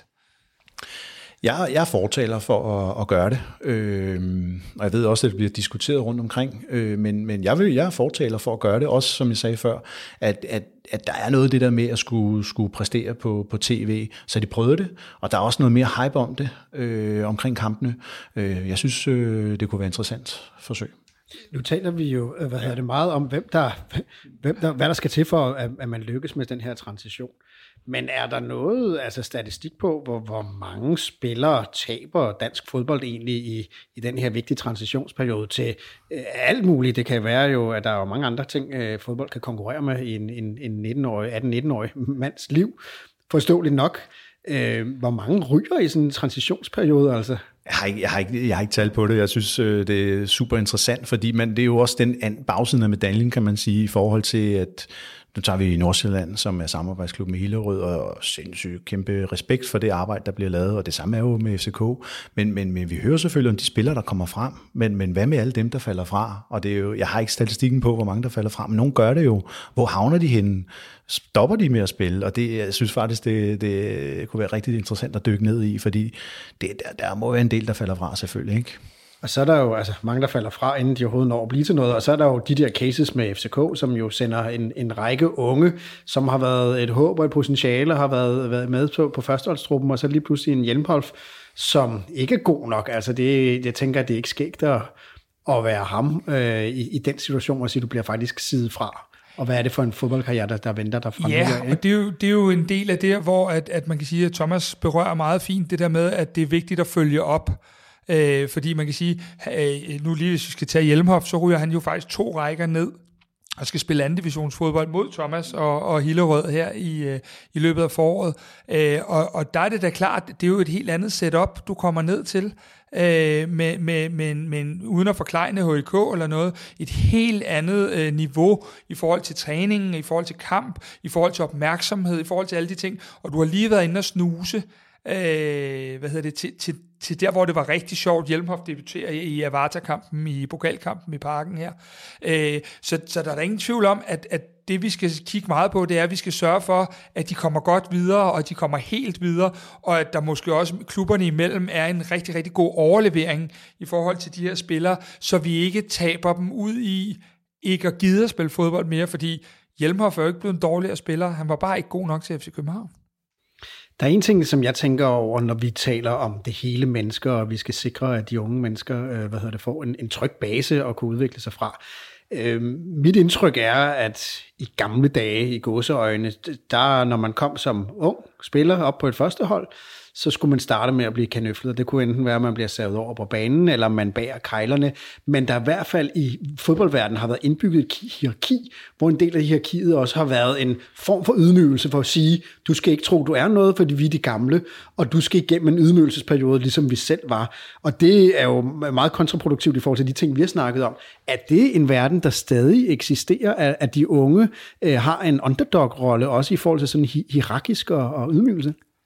Jeg, jeg er fortaler for at, at gøre det, øh, og jeg ved også, at det bliver diskuteret rundt omkring, øh, men, men jeg, vil, jeg er fortaler for at gøre det, også som jeg sagde før, at, at, at der er noget af det der med at skulle, skulle præstere på, på tv, så de prøvede det, og der er også noget mere hype om det, øh, omkring kampene. Øh, jeg synes, øh, det kunne være interessant forsøg. Nu taler vi jo hvad hedder det, meget om, hvem der, hvem der, hvad der skal til for, at, at man lykkes med den her transition. Men er der noget altså statistik på, hvor, hvor mange spillere taber dansk fodbold egentlig i, i den her vigtige transitionsperiode til øh, alt muligt? Det kan være jo, at der er jo mange andre ting, øh, fodbold kan konkurrere med i en, en, en nitten-årig, atten-nitten-årig mands liv. Forståeligt nok. Øh, hvor mange ryger i sådan en transitionsperiode, altså? Jeg har, ikke, jeg, har ikke, jeg har ikke talt på det. Jeg synes, det er super interessant, fordi man, det er jo også den bagsiden af medaljen, kan man sige, i forhold til, at nu tager vi i Nordsjælland, som er samarbejdsklub med Hillerød, og sindssygt kæmpe respekt for det arbejde, der bliver lavet, og det samme er jo med F C K. Men, men, men vi hører selvfølgelig om de spillere, der kommer frem, men, men hvad med alle dem, der falder fra? Og det er jo, jeg har ikke statistikken på, hvor mange der falder fra, men nogen gør det jo. Hvor havner de henne? Stopper de med at spille? Og det, jeg synes faktisk, det, det kunne være rigtig interessant at dykke ned i, fordi det, der, der må være en del, der falder fra selvfølgelig, ikke? Og så er der jo altså mange, der falder fra, inden de overhovedet når at blive til noget. Og så er der jo de der cases med F C K, som jo sender en, en række unge, som har været et håb og et potentiale, har været, været med på, på førsteholdstruppen, og så lige pludselig en Hjelmholt, som ikke er god nok. Altså det, jeg tænker, at det er ikke skægt at, at være ham øh, i, i den situation, og sige, at du bliver faktisk sidet fra. Og hvad er det for en fodboldkarriere, der, der venter der fra? Ja, og det er, jo, det er jo en del af det, hvor at, at man kan sige, at Thomas berører meget fint det der med, at det er vigtigt at følge op. Øh, fordi man kan sige, øh, nu lige hvis vi skal tage Hjelmhoff, så ryger han jo faktisk to rækker ned og skal spille anden divisionsfodbold mod Thomas og, og Hillerød her i, øh, i løbet af foråret. Øh, og, og der er det da klart, det er jo et helt andet setup, du kommer ned til, øh, med, med, med, med, uden at forklejne H I K eller noget, et helt andet øh, niveau i forhold til træningen, i forhold til kamp, i forhold til opmærksomhed, i forhold til alle de ting, og du har lige været inde og snuse, Øh, hvad hedder det, til, til, til der, hvor det var rigtig sjovt. Hjelmhoff debuterer i, i Avarta-kampen, i pokalkampen i parken her. Øh, så, så der er der ingen tvivl om, at, at det vi skal kigge meget på, det er, at vi skal sørge for, at de kommer godt videre, og at de kommer helt videre, og at der måske også klubberne imellem er en rigtig, rigtig god overlevering i forhold til de her spillere, så vi ikke taber dem ud i ikke at gide at spille fodbold mere, fordi Hjelmhoff er jo ikke blevet en dårligere spiller. Han var bare ikke god nok til F C København. Der er en ting, som jeg tænker over, når vi taler om det hele mennesker, og vi skal sikre, at de unge mennesker øh, hvad hedder det, får en, en tryg base og kunne udvikle sig fra. Øh, mit indtryk er, at i gamle dage i gåseøjne, der når man kom som ung spiller op på et første hold, så skulle man starte med at blive kanøflet. Det kunne enten være, at man bliver savet over på banen, eller man bærer kejlerne. Men der i hvert fald i fodboldverdenen har været indbygget et hierarki, hvor en del af hierarkiet også har været en form for ydmygelse for at sige, du skal ikke tro, du er noget, fordi vi er de gamle, og du skal igennem en ydmygelsesperiode, ligesom vi selv var. Og det er jo meget kontraproduktivt i forhold til de ting, vi har snakket om. Er det en verden, der stadig eksisterer, at de unge øh, har en underdog-rolle, også i forhold til sådan hierarkisk og, og ydmygelse?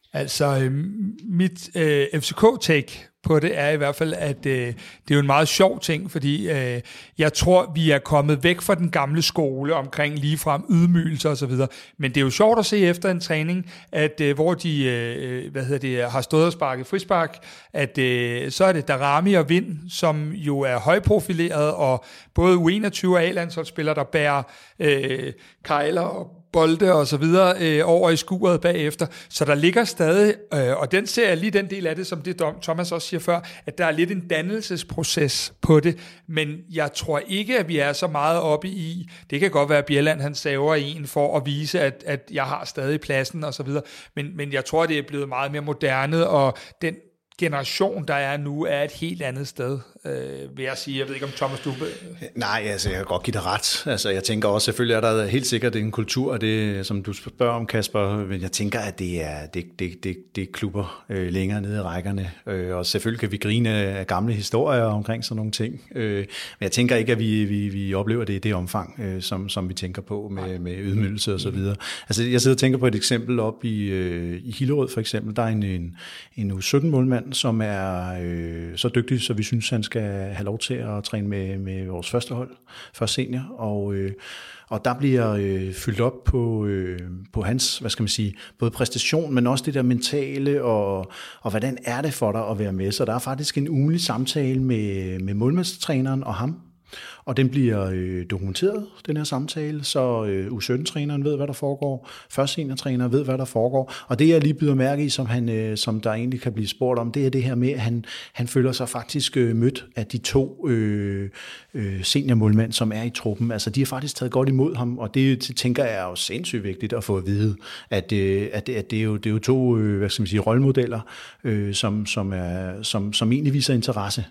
Altså, øh, mit øh, F C K-take på det er i hvert fald, at øh, det er jo en meget sjov ting, fordi øh, jeg tror, vi er kommet væk fra den gamle skole omkring ligefrem ydmygelser og så videre. Men det er jo sjovt at se efter en træning, at øh, hvor de øh, hvad hedder det, har stået og sparket frispark, at øh, så er det Darami og Vind, som jo er højprofileret, og både U enogtyve og A-landsholdsspillere, der bærer øh, kejler og bolde og så videre øh, over i skuret bagefter. Så der ligger stadig, øh, og den ser jeg lige den del af det, som det Thomas også siger før, at der er lidt en dannelsesproces på det, men jeg tror ikke, at vi er så meget oppe i, det kan godt være, at Bjelland han saver en for at vise, at, at jeg har stadig pladsen og så videre, men, men jeg tror, det er blevet meget mere moderne, og den generation, der er nu, er et helt andet sted, øh, vil jeg sige. Jeg ved ikke, om Thomas, du... Nej, altså, jeg kan godt give dig ret. Altså, jeg tænker også, selvfølgelig er der helt sikkert en kultur, og det, som du spørger om, Kasper, men jeg tænker, at det er, det, det, det, det er klubber øh, længere nede i rækkerne, øh, og selvfølgelig kan vi grine af gamle historier omkring sådan nogle ting, øh, men jeg tænker ikke, at vi, vi, vi oplever det i det omfang, øh, som, som vi tænker på med, med ydmygelse og så videre. Altså, jeg sidder og tænker på et eksempel op i, øh, i Hillerød, for eksempel. Der er en, en, en U sytten-målmand, som er øh, så dygtig, så vi synes, han skal have lov til at træne med, med vores første hold, først senior, og, øh, og der bliver øh, fyldt op på, øh, på hans, hvad skal man sige, både præstation, men også det der mentale, og, og hvordan er det for dig at være med. Så der er faktisk en ugenlig samtale med, med målmandstræneren og ham, og den bliver øh, dokumenteret, den her samtale, så øh, U sytten-træneren ved, hvad der foregår, først seniortræneren ved, hvad der foregår, og det jeg lige byder mærke i, som, han, øh, som der egentlig kan blive spurgt om, det er det her med, at han, han føler sig faktisk øh, mødt af de to øh, øh, seniormålmænd, som er i truppen. Altså, de har faktisk taget godt imod ham, og det, det tænker jeg er jo sindssygt vigtigt at få at vide, at, øh, at, det, at det, er jo, det er jo to øh, hvad skal man sige, rollemodeller, øh, som, som, er, som, som egentlig viser interesse.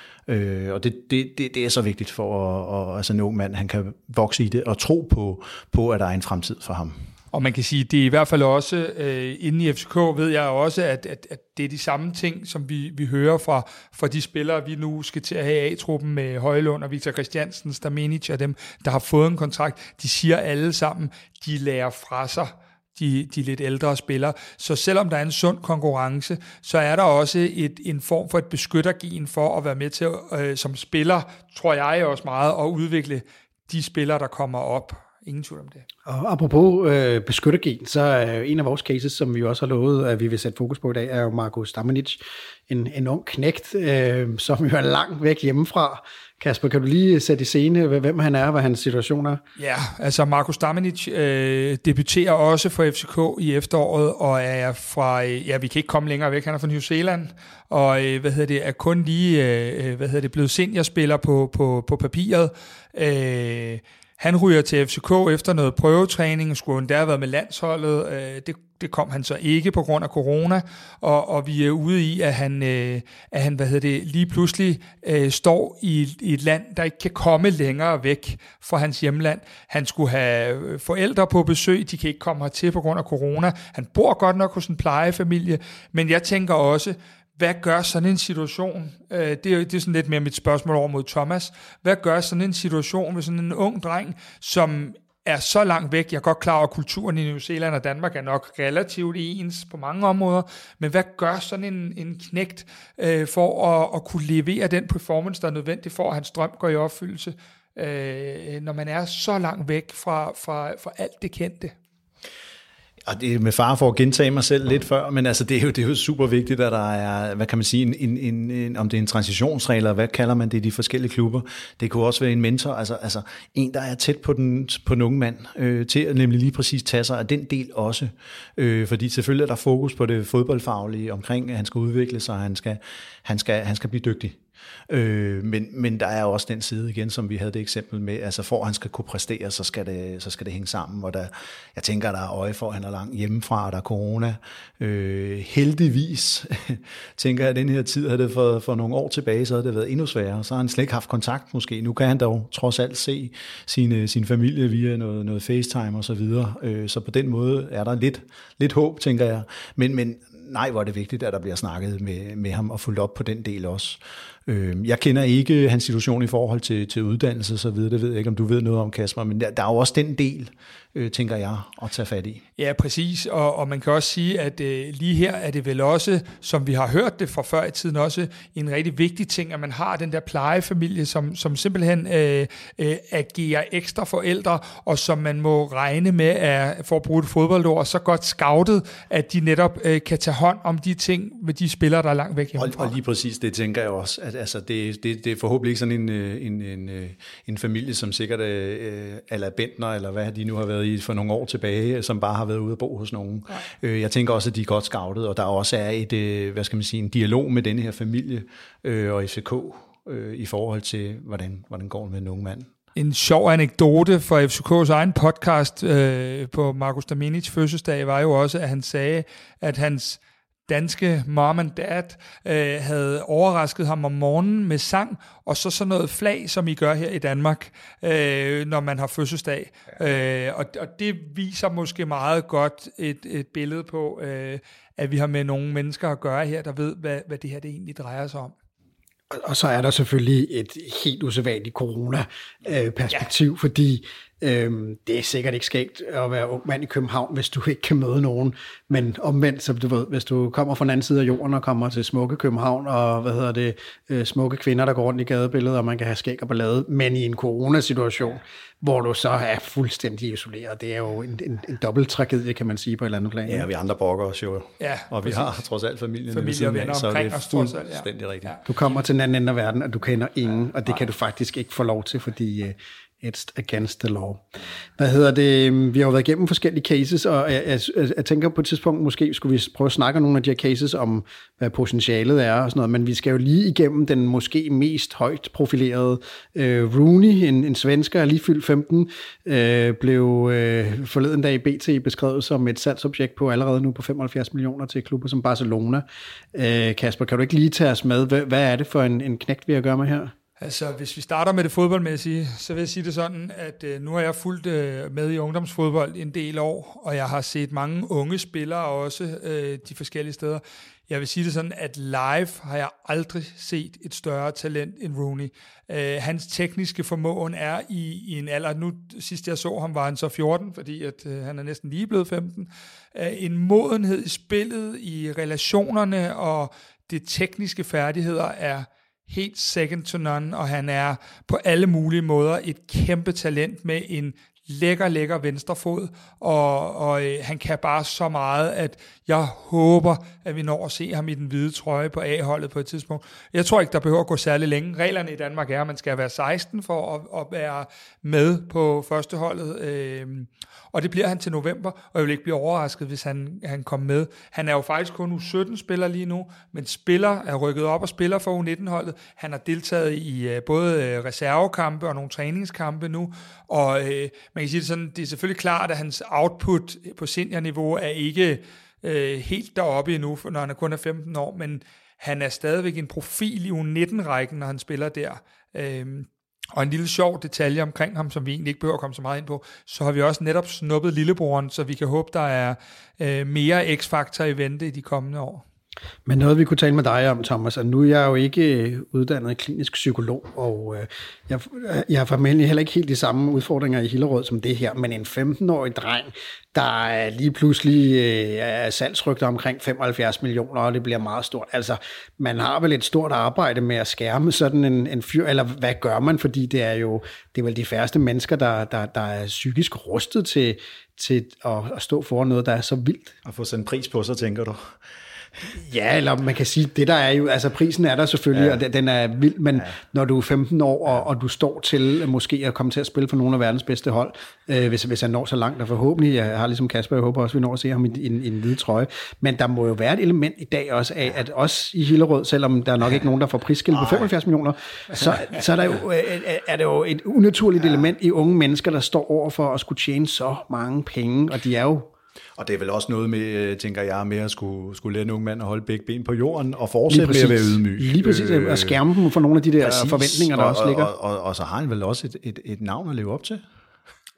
Øh, og det, det, det, det er så vigtigt for at, at, altså en ung mand, han kan vokse i det og tro på, på, at der er en fremtid for ham. Og man kan sige, det er i hvert fald også, øh, inde i F C K ved jeg også, at, at, at det er de samme ting, som vi, vi hører fra, fra de spillere, vi nu skal til at have A-truppen med Højlund og Victor Christiansen, Stamenic og dem, der har fået en kontrakt. De siger alle sammen, de lærer fra sig. De, de lidt ældre spillere. Så selvom der er en sund konkurrence, så er der også et, en form for et beskyttergen for at være med til, øh, som spiller, tror jeg også meget, at udvikle de spillere, der kommer op. Ingen tvivl om det. Og apropos øh, beskyttergen, så er en af vores cases, som vi også har lovet, at vi vil sætte fokus på i dag, er jo Marko Stamenic, en, en ung knægt, øh, som jo er langt væk hjemmefra. Kasper, kan du lige sætte i scene, hvem han er, hvad hans situation er? Ja, altså Marko Stamenic øh, debuterer også for F C K i efteråret, og er fra, øh, ja, vi kan ikke komme længere væk, han er fra New Zealand, og øh, hvad hedder det, er kun lige, øh, hvad hedder det, blevet seniorspiller på, på, på papiret. Øh, Han ryger til F C K efter noget prøvetræning, og skulle endda have været med landsholdet. Det, det kom han så ikke på grund af corona, og, og vi er ude i, at han, at han hvad hedder det, lige pludselig øh, står i, i et land, der ikke kan komme længere væk fra hans hjemland. Han skulle have forældre på besøg, de kan ikke komme hertil på grund af corona. Han bor godt nok hos en plejefamilie, men jeg tænker også, hvad gør sådan en situation? Det er, det er sådan lidt mere mit spørgsmål over mod Thomas. Hvad gør sådan en situation med sådan en ung dreng, som er så langt væk? Jeg er godt klar over, at kulturen i New Zealand og Danmark er nok relativt ens på mange områder, men hvad gør sådan en, en knægt øh, for at, at kunne levere den performance, der er nødvendig for, at hans drøm går i opfyldelse, øh, når man er så langt væk fra, fra, fra alt det kendte? Og det er med fare for at gentage mig selv lidt før, men altså det er jo, det er jo super vigtigt, at der er, hvad kan man sige, en, en, en, en, om det er en transitionsregel, eller hvad kalder man det i de forskellige klubber. Det kunne også være en mentor, altså, altså en, der er tæt på den, på den unge mand, øh, til at nemlig lige præcis tage sig af den del også. Øh, fordi selvfølgelig er der fokus på det fodboldfaglige omkring, at han skal udvikle sig, han skal, han skal, han skal blive dygtig. Øh, men, men der er jo også den side igen, som vi havde det eksempel med, altså for at han skal kunne præstere, så skal det, så skal det hænge sammen, og der, jeg tænker, der er øje for, at han er langt hjemmefra, og der er corona. Øh, heldigvis, tænker jeg, at den her tid havde det for, for nogle år tilbage, så havde det været endnu sværere, så har han slet ikke haft kontakt måske. Nu kan han dog trods alt se sin, sin familie via noget, noget FaceTime og så videre, øh, så på den måde er der lidt, lidt håb, tænker jeg. Men, men nej, hvor er det vigtigt, at der bliver snakket med, med ham og fulgt op på den del også. Øh, jeg kender ikke hans situation i forhold til, til uddannelse og så videre, det ved jeg ikke, om du ved noget om, Kasper, men der, der er jo også den del, øh, tænker jeg, at tage fat i. Ja, præcis, og, og man kan også sige, at øh, lige her er det vel også, som vi har hørt det fra før i tiden, også en rigtig vigtig ting, at man har den der plejefamilie, som, som simpelthen øh, øh, agerer ekstra forældre, og som man må regne med, at for at bruge et fodboldord, så godt scoutet, at de netop øh, kan tage hånd om de ting med de spillere, der er langt væk hjemmefra. Og, og lige præcis det tænker jeg også, at altså, det, det, det er forhåbentlig ikke sådan en, en, en, en familie, som sikkert øh, eller Bentner, eller hvad de nu har været i for nogle år tilbage, som bare har været ude at bo hos nogen. Øh, jeg tænker også, at de er godt scoutet, og der også er et, øh, hvad skal man sige, en dialog med denne her familie øh, og F C K øh, i forhold til, hvordan, hvordan går det med en ung mand. En sjov anekdote for F C K's egen podcast øh, på Markus Daminic fødselsdag var jo også, at han sagde, at hans danske mom and dad øh, havde overrasket ham om morgenen med sang, og så sådan noget flag, som I gør her i Danmark, øh, når man har fødselsdag. Øh, og, og det viser måske meget godt et, et billede på, øh, at vi har med nogle mennesker at gøre her, der ved, hvad, hvad det her det egentlig drejer sig om. Og så er der selvfølgelig et helt usædvanligt corona-perspektiv, ja. fordi øhm, det er sikkert ikke skægt at være ung mand i København, hvis du ikke kan møde nogen. Men omvendt, som du ved, hvis du kommer fra den anden side af jorden og kommer til smukke København, og hvad hedder det, øh, smukke kvinder, der går rundt i gadebilledet, og man kan have skæg og ballade, men i en coronasituation, hvor du så er fuldstændig isoleret. Det er jo en, en, en dobbelt tragedie, kan man sige, på et eller andet plan. Ja, vi andre brokker os jo. Ja, og vi præcis. har trods alt familien Familie og venner omkring os, trods alt. Fuldstændig ja. rigtigt. Ja. Du kommer til den anden ende af verden, og du kender ingen, og det kan du faktisk ikke få lov til, fordi uh, it's against the law. Hvad hedder det? Vi har jo været igennem forskellige cases, og jeg, jeg, jeg tænker på et tidspunkt, måske skulle vi prøve at snakke om nogle af de her cases, om hvad potentialet er og sådan noget, men vi skal jo lige igennem den måske mest højt profilerede uh, Rooney, en, en svensker, lige fyldt femten, uh, blev uh, forleden dag i B T beskrevet som et salgsobjekt på allerede nu på femoghalvfjerds millioner til klubber som Barcelona. Uh, Kasper, kan du ikke lige tage os med? Hvad, hvad er det for en, en knægt, vi har at gøre med her? Altså, hvis vi starter med det fodboldmæssige, så vil jeg sige det sådan, at øh, nu har jeg fulgt øh, med i ungdomsfodbold en del år, og jeg har set mange unge spillere også øh, de forskellige steder. Jeg vil sige det sådan, at live har jeg aldrig set et større talent end Rooney. Øh, hans tekniske formåen er i, i en alder, nu sidst jeg så ham, var han så fjorten, fordi at, øh, han er næsten lige blevet femten. Øh, en modenhed i spillet, i relationerne, og det tekniske færdigheder er helt second to none, og han er på alle mulige måder et kæmpe talent med en lækker, lækker venstrefod, og, og øh, han kan bare så meget, at jeg håber, at vi når at se ham i den hvide trøje på A-holdet på et tidspunkt. Jeg tror ikke, der behøver at gå særlig længe. Reglerne i Danmark er, at man skal være seksten for at, at være med på førsteholdet, øh, og det bliver han til november, og jeg vil ikke blive overrasket, hvis han, han kommer med. Han er jo faktisk kun U sytten spiller lige nu, men spiller er rykket op og spiller for U nitten-holdet. Han har deltaget i uh, både reservekampe og nogle træningskampe nu, og uh, man kan sige det sådan, det er selvfølgelig klart, at hans output på seniorniveau er ikke uh, helt deroppe endnu, når han kun er femten år, men han er stadigvæk en profil i U nitten-rækken, når han spiller der. Uh, Og en lille sjov detalje omkring ham, som vi egentlig ikke behøver at komme så meget ind på, så har vi også netop snuppet lillebroren, så vi kan håbe, der er øh, mere x-faktor i vente i de kommende år. Men noget, vi kunne tale med dig om, Thomas, og nu er jeg jo ikke uddannet klinisk psykolog, og øh, jeg, jeg har formentlig heller ikke helt de samme udfordringer i Hillerød som det her, men en femten-årig dreng, der er lige pludselig øh, er salgsrygter omkring femoghalvfjerds millioner, og det bliver meget stort. Altså, man har vel et stort arbejde med at skærme sådan en, en fyr, eller hvad gør man, fordi det er jo det er vel de færreste mennesker, der, der, der er psykisk rustet til, til at, at stå foran noget, der er så vildt. Og få sådan en pris på, så tænker du... Ja, eller man kan sige, det der er jo, altså prisen er der selvfølgelig, ja. Og den er vild, men ja. Når du er femten år, og, og du står til måske at komme til at spille for nogle af verdens bedste hold, øh, hvis, hvis han når så langt, og forhåbentlig, jeg har ligesom Kasper, jeg håber også, vi når at se ham i, i, en, i en hvide trøje, men der må jo være et element i dag også af, at også i Hillerød, selvom der er nok ikke nogen, der får prisskilt på femoghalvfjerds millioner, så, så er, der jo, er der jo et unaturligt element i unge mennesker, der står over for at skulle tjene så mange penge, og de er jo... Og det er vel også noget med, tænker jeg, med at skulle, skulle lære en ung mand at holde begge ben på jorden og fortsætte med at være ydmyg. Lige præcis, at skærme dem for nogle af de der præcis. forventninger, der og, også ligger. Og, og, og, og så har han vel også et, et, et navn at leve op til?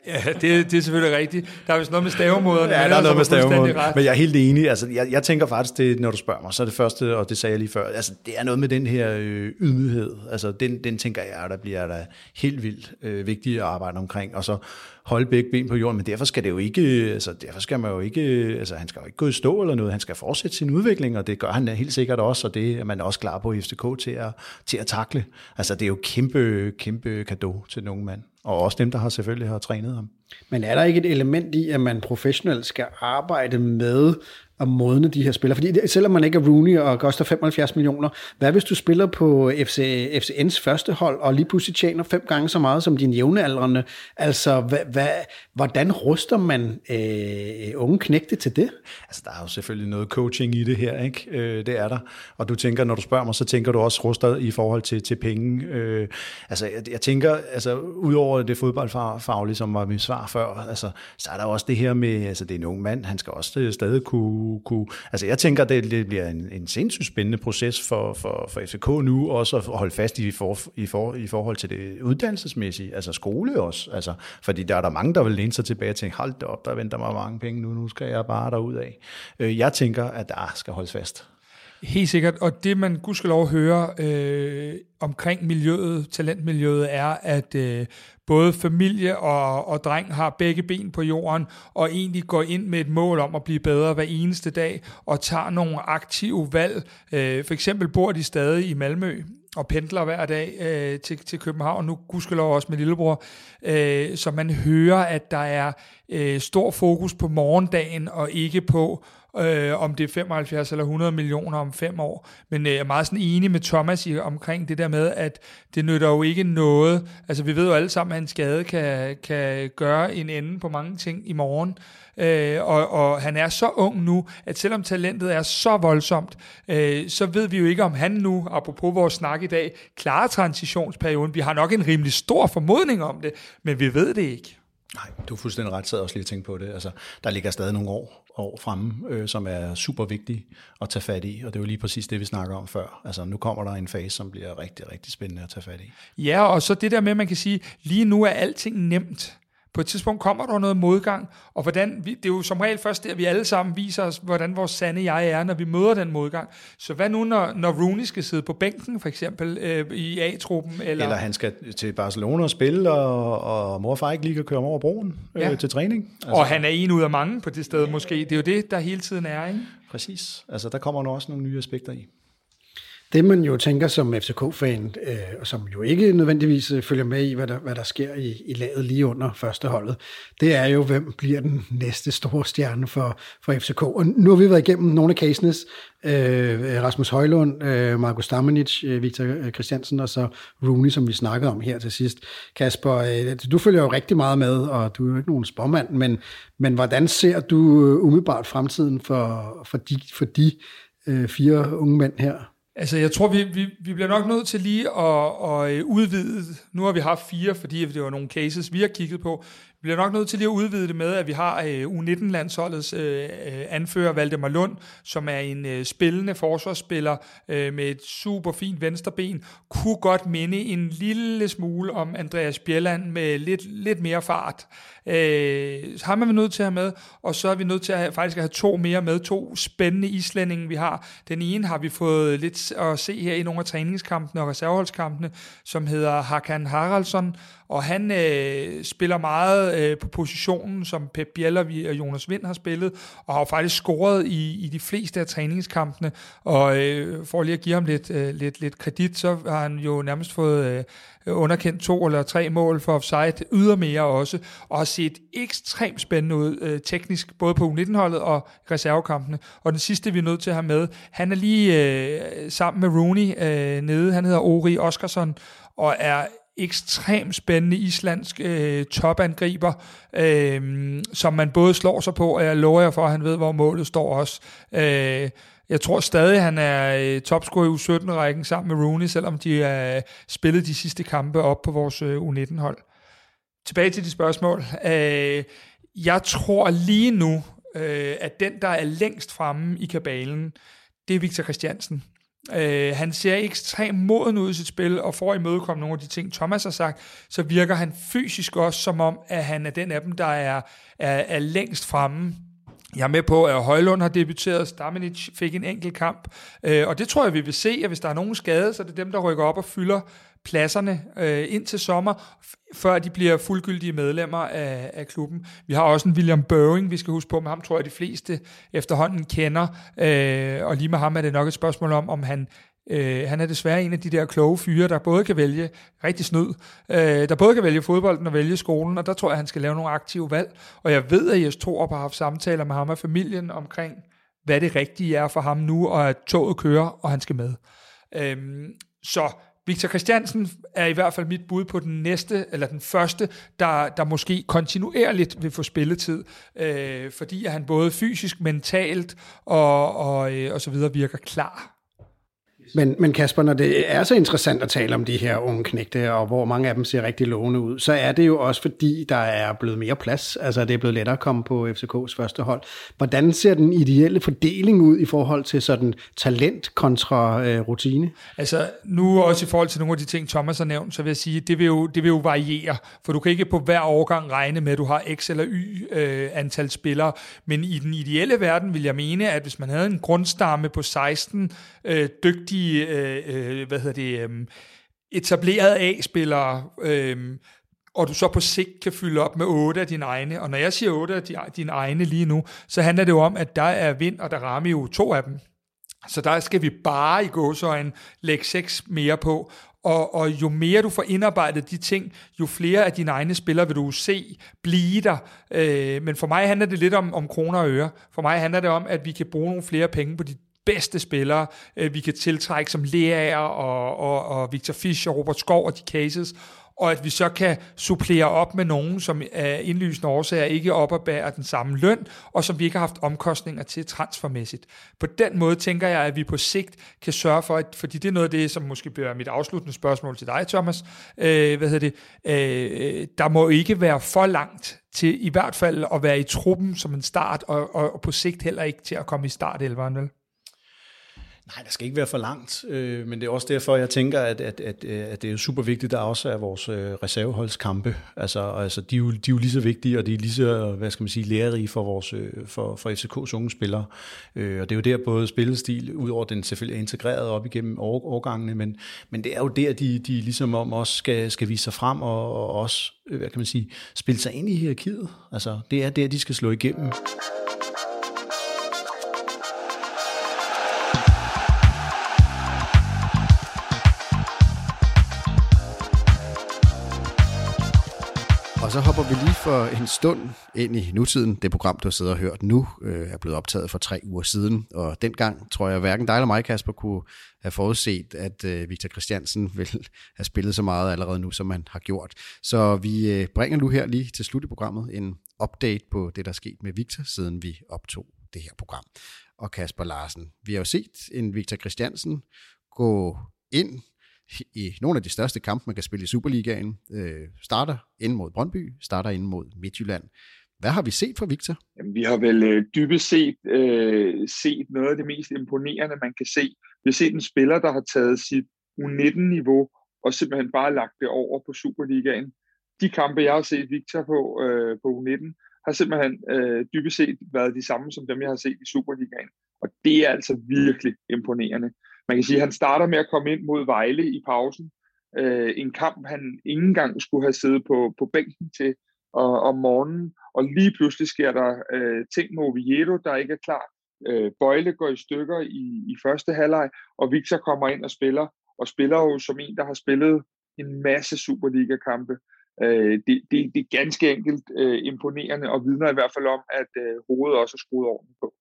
Ja, det, det er selvfølgelig rigtigt. Der er vist noget med stavemåderne. Ja, der er noget med stavemåderne, men jeg er helt enig. Altså, jeg, jeg tænker faktisk, det, når du spørger mig, så er det første, og det sagde jeg lige før, altså, det er noget med den her øh, ydmyghed. Altså, den, den tænker jeg, der bliver der helt vildt øh, vigtigt at arbejde omkring, og så holde begge ben på jorden, men derfor skal det jo ikke, altså, derfor skal man jo ikke, altså, han skal jo ikke gå i stå eller noget, han skal fortsætte sin udvikling, og det gør han helt sikkert også, og det er man også klar på i F C K til at, til at takle. Altså, det er jo kæmpe, kæmpe cadeau til den unge mand. Og også dem, der har selvfølgelig har trænet ham. Men er der ikke et element i, at man professionelt skal arbejde med at modne de her spillere? Fordi selvom man ikke er Rooney og koster femoghalvfjerds millioner, hvad hvis du spiller på F C, F C N's første hold, og lige pludselig tjener fem gange så meget som dine jævnealdrende? Altså, hvad, hvad, hvordan ruster man øh, unge knægte til det? Altså, der er jo selvfølgelig noget coaching i det her, ikke? Øh, det er der. Og du tænker, når du spørger mig, så tænker du også ruster i forhold til, til penge. Øh, altså, jeg, jeg tænker, altså, udover det fodboldfaglige, som var mit svar før, altså, så er der også det her med, altså, det er en ung mand, han skal også stadig kunne, kunne altså, jeg tænker, det, det bliver en, en sindssygt spændende proces for, for, for F C K nu, også at holde fast i, for, i, for, i forhold til det uddannelsesmæssige, altså skole også, altså, fordi der er der mange, der vil læne sig tilbage og tænke, hold da op, der venter mig mange penge nu, nu skal jeg bare derud af. Jeg tænker, at der skal holdes fast. Helt sikkert, og det man gudskelov hører øh, omkring miljøet, talentmiljøet, er, at øh, både familie og, og dreng har begge ben på jorden, og egentlig går ind med et mål om at blive bedre hver eneste dag, og tager nogle aktive valg. Øh, for eksempel bor de stadig i Malmø, og pendler hver dag øh, til, til København, nu gudskelov også med lillebror, øh, så man hører, at der er øh, stor fokus på morgendagen, og ikke på, øh, om det er femoghalvfjerds eller hundrede millioner om fem år. Men øh, jeg er meget sådan enig med Thomas i, omkring det der med, at det nytter jo ikke noget. Altså vi ved jo alle sammen, at en skade kan, kan gøre en ende på mange ting i morgen. Øh, og, og han er så ung nu, at selvom talentet er så voldsomt, øh, så ved vi jo ikke, om han nu, apropos vores snak i dag, klarer transitionsperioden. Vi har nok en rimelig stor formodning om det, men vi ved det ikke. Nej, du er fuldstændig ret, sad også lige at tænke på det. Altså, der ligger stadig nogle år, år fremme, øh, som er super vigtige at tage fat i, og det er jo lige præcis det, vi snakker om før. Altså, nu kommer der en fase, som bliver rigtig, rigtig spændende at tage fat i. Ja, og så det der med, at man kan sige, lige nu er alting nemt. På et tidspunkt kommer der noget modgang, og hvordan, det er jo som regel først der, vi alle sammen viser os, hvordan vores sande jeg er, når vi møder den modgang. Så hvad nu, når, når Rooney skal sidde på bænken, for eksempel, øh, i A-truppen? Eller... eller han skal til Barcelona og spille, og, og mor og far ikke lige kan køre over broen øh, ja. til træning. Altså, og han er en ud af mange på det sted måske. Det er jo det, der hele tiden er, ikke? Præcis. Altså, der kommer også nogle nye aspekter i. Det man jo tænker som F C K-fan, øh, og som jo ikke nødvendigvis følger med i, hvad der, hvad der sker i, i laget lige under første holdet, det er jo, hvem bliver den næste store stjerne for, for F C K. Og nu har vi været igennem nogle af casenes, øh, Rasmus Højlund, øh, Marko Stamenic, øh, Victor Christiansen og så Rooney, som vi snakkede om her til sidst. Kasper, øh, du følger jo rigtig meget med, og du er jo ikke nogen spåmand, men, men hvordan ser du umiddelbart fremtiden for, for de, for de øh, fire unge mænd her? Altså, jeg tror, vi, vi, vi bliver nok nødt til lige at, at udvide. Nu har vi haft fire, fordi det var nogle cases, vi har kigget på. Vi bliver nok nødt til lige at udvide det med, at vi har U nitten-landsholdets øh, anfører, Valdemar Lund, som er en øh, spillende forsvarsspiller øh, med et super fint venstreben, kunne godt minde en lille smule om Andreas Bjelland med lidt, lidt mere fart. Øh, ham er vi nødt til at have med, og så er vi nødt til at have, faktisk at have to mere med, to spændende islændinge, vi har. Den ene har vi fået lidt at se her i nogle af træningskampene og reserveholdskampene, som hedder Hakan Haraldsson, og han øh, spiller meget øh, på positionen, som Pep Biel og Jonas Vind har spillet, og har faktisk scoret i, i de fleste af træningskampene, og øh, for lige at give ham lidt, øh, lidt, lidt kredit, så har han jo nærmest fået øh, underkendt to eller tre mål for offside, ydermere også, og har set ekstremt spændende ud øh, teknisk, både på U nitten-holdet og reservekampene. Og den sidste, vi er nødt til at have med, han er lige øh, sammen med Rooney øh, nede, han hedder Ori Oskarsson, og er ekstremt spændende islandsk øh, topangriber, øh, som man både slår sig på, og jeg lover jer for, at han ved, hvor målet står også. Øh, jeg tror stadig, at han er øh, topscorer i U sytten-rækken sammen med Rooney, selvom de har øh, spillet de sidste kampe op på vores øh, U nitten-hold. Tilbage til de spørgsmål. Øh, jeg tror lige nu, øh, at den, der er længst fremme i kabalen, det er Victor Christiansen. Øh, han ser ekstremt moden ud i sit spil, og for at imødekomme nogle af de ting, Thomas har sagt, så virker han fysisk også som om, at han er den af dem, der er, er, er længst fremme. Jeg er med på, at Højlund har debuteret, Stamenic fik en enkelt kamp, øh, og det tror jeg, vi vil se, at hvis der er nogen skade, så er det dem, der rykker op og fylder pladserne øh, ind til sommer, før de bliver fuldgyldige medlemmer af, af klubben. Vi har også en William Boeing, vi skal huske på, men ham tror jeg, de fleste efterhånden kender, øh, og lige med ham er det nok et spørgsmål om, om han Øh, han er desværre en af de der kloge fyre, der både kan vælge, rigtig snyd, øh, der både kan vælge fodbolden og vælge skolen, og der tror jeg, han skal lave nogle aktive valg. Og jeg ved, at Jes Torup har haft samtaler med ham og familien omkring, hvad det rigtige er for ham nu, og at toget kører, og han skal med. Øh, så Victor Christiansen er i hvert fald mit bud på den næste, eller den første, der, der måske kontinuerligt vil få spilletid, øh, fordi han både fysisk, mentalt og, og, øh, og så videre virker klar. Men, men Kasper, når det er så interessant at tale om de her unge knægte, og hvor mange af dem ser rigtig lovende ud, så er det jo også fordi, der er blevet mere plads. Altså det er blevet lettere at komme på F C K's første hold. Hvordan ser den ideelle fordeling ud i forhold til sådan talent kontra øh, rutine? Altså nu også i forhold til nogle af de ting, Thomas har nævnt, så vil jeg sige, det vil jo, det vil jo variere. For du kan ikke på hver årgang regne med, at du har X eller Y øh, antal spillere. Men i den ideelle verden vil jeg mene, at hvis man havde en grundstamme på seksten øh, dygtige Øh, øh, hvad hedder det, øh, etablerede A-spillere, øh, og du så på sigt kan fylde op med otte af dine egne, og når jeg siger otte af dine egne lige nu, så handler det jo om, at der er Vind og Darami jo to af dem, så der skal vi bare i gåseøjne lægge seks mere på, og, og jo mere du får indarbejdet de ting, jo flere af dine egne spillere vil du se blive der. Øh, men for mig handler det lidt om, om kroner og øre. For mig handler det om, at vi kan bruge nogle flere penge på de bedste spillere, vi kan tiltrække som Leaer og, og, og Victor Fischer, Robert Skov og de cases, og at vi så kan supplere op med nogen, som af indlysende årsager ikke oparbejder den samme løn, og som vi ikke har haft omkostninger til transfermæssigt. På den måde tænker jeg, at vi på sigt kan sørge for, at, fordi det er noget af det, som måske bliver mit afsluttende spørgsmål til dig, Thomas, øh, hvad hedder det, øh, der må ikke være for langt til i hvert fald at være i truppen som en start, og, og, og på sigt heller ikke til at komme i startelveren, vel? Nej, der skal ikke være for langt, øh, men det er også derfor, jeg tænker, at, at, at, at det er super vigtigt, der også er vores øh, reserveholdskampe. Altså, altså de, er jo, de er jo lige så vigtige, og de er lige så, hvad skal man sige, lærerige for, vores, øh, for, for F C K's unge spillere. Øh, og det er jo der både spillestil, udover den selvfølgelig er integreret op igennem år, årgangene, men, men det er jo der, de, de ligesom om også skal, skal vise sig frem, og, og også, hvad kan man sige, spille sig ind i hierarkiet. Altså, det er der, de skal slå igennem. Og så hopper vi lige for en stund ind i nutiden. Det program, du har siddet og hørt nu, øh, er blevet optaget for tre uger siden. Og dengang tror jeg, hverken dig eller mig, Kasper, kunne have forudset, at øh, Victor Christiansen ville have spillet så meget allerede nu, som han har gjort. Så vi øh, bringer nu her lige til slut i programmet en update på det, der er sket med Victor, siden vi optog det her program. Og Kasper Larsen, vi har jo set en Victor Christiansen gå ind i nogle af de største kampe, man kan spille i Superligaen. Øh, starter inde mod Brøndby, starter inde mod Midtjylland. Hvad har vi set fra Victor? Jamen, vi har vel øh, dybest set øh, set noget af det mest imponerende, man kan se. Vi har set en spiller, der har taget sit U nitten-niveau og simpelthen bare lagt det over på Superligaen. De kampe, jeg har set Victor på, øh, på U nitten, har simpelthen øh, dybest set været de samme, som dem, jeg har set i Superligaen. Og det er altså virkelig imponerende. Man kan sige, at han starter med at komme ind mod Vejle i pausen. Øh, en kamp, han ikke engang skulle have siddet på, på bænken til og, om morgenen. Og lige pludselig sker der øh, ting med Oviedo, der ikke er klar. Øh, Bøjle går i stykker i, i første halvleg, og Victor kommer ind og spiller. Og spiller jo som en, der har spillet en masse Superliga-kampe. Øh, det, det, det er ganske enkelt øh, imponerende, og vidner i hvert fald om, at øh, hovedet også er skruet ordentligt på.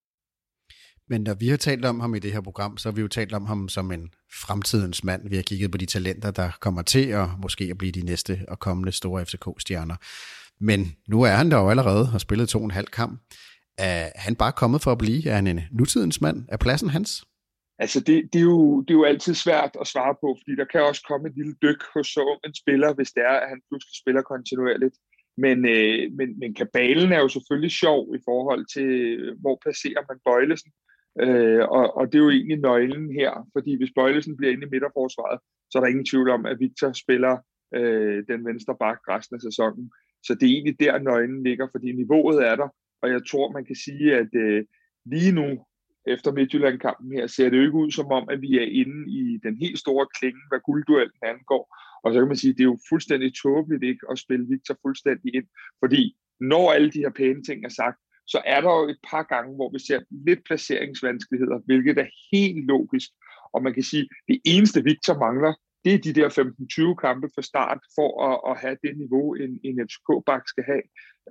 Men når vi har talt om ham i det her program, så har vi jo talt om ham som en fremtidens mand. Vi har kigget på de talenter, der kommer til at måske at blive de næste og kommende store F C K-stjerner. Men nu er han der jo allerede og spillet to og en halv kamp. Er han bare kommet for at blive? Er han en nutidens mand? Er pladsen hans? Altså det, det, er jo, det er jo altid svært at svare på, fordi der kan også komme et lille dyk hos så ung en spiller, hvis det er, at han pludselig spiller kontinuerligt. Men, øh, men, men kabalen er jo selvfølgelig sjov i forhold til, hvor placerer man Bøjlesen. Øh, og, og det er jo egentlig nøglen her, fordi hvis Bøjlesen bliver inde i midterforsvaret, så er der ingen tvivl om, at Victor spiller øh, den venstre bak resten af sæsonen. Så det er egentlig der, nøglen ligger, fordi niveauet er der, og jeg tror, man kan sige, at øh, lige nu, efter Midtjylland-kampen her, ser det jo ikke ud som om, at vi er inde i den helt store klinge, hvad guldduellen angår. Og så kan man sige, at det er jo fuldstændig tåbeligt ikke at spille Victor fuldstændig ind, fordi når alle de her pæne ting er sagt, så er der jo et par gange, hvor vi ser lidt placeringsvanskeligheder, hvilket er helt logisk. Og man kan sige, at det eneste Victor mangler, det er de der femten tyve kampe for start, for at, at have det niveau, en, en F C K-bak skal have.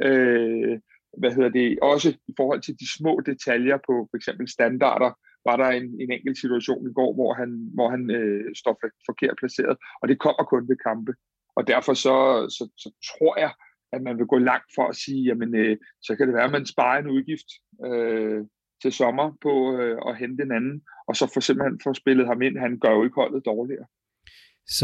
Øh, hvad hedder det? Også i forhold til de små detaljer på for eksempel standarder, var der en, en enkelt situation i går, hvor han, hvor han øh, står forkert placeret, og det kommer kun ved kampe. Og derfor så, så, så tror jeg, at man vil gå langt for at sige, jamen øh, så kan det være, at man sparer en udgift øh, til sommer på øh, at hente en anden, og så for simpelthen få spillet ham ind. Han gør jo ikke holdet dårligere. Så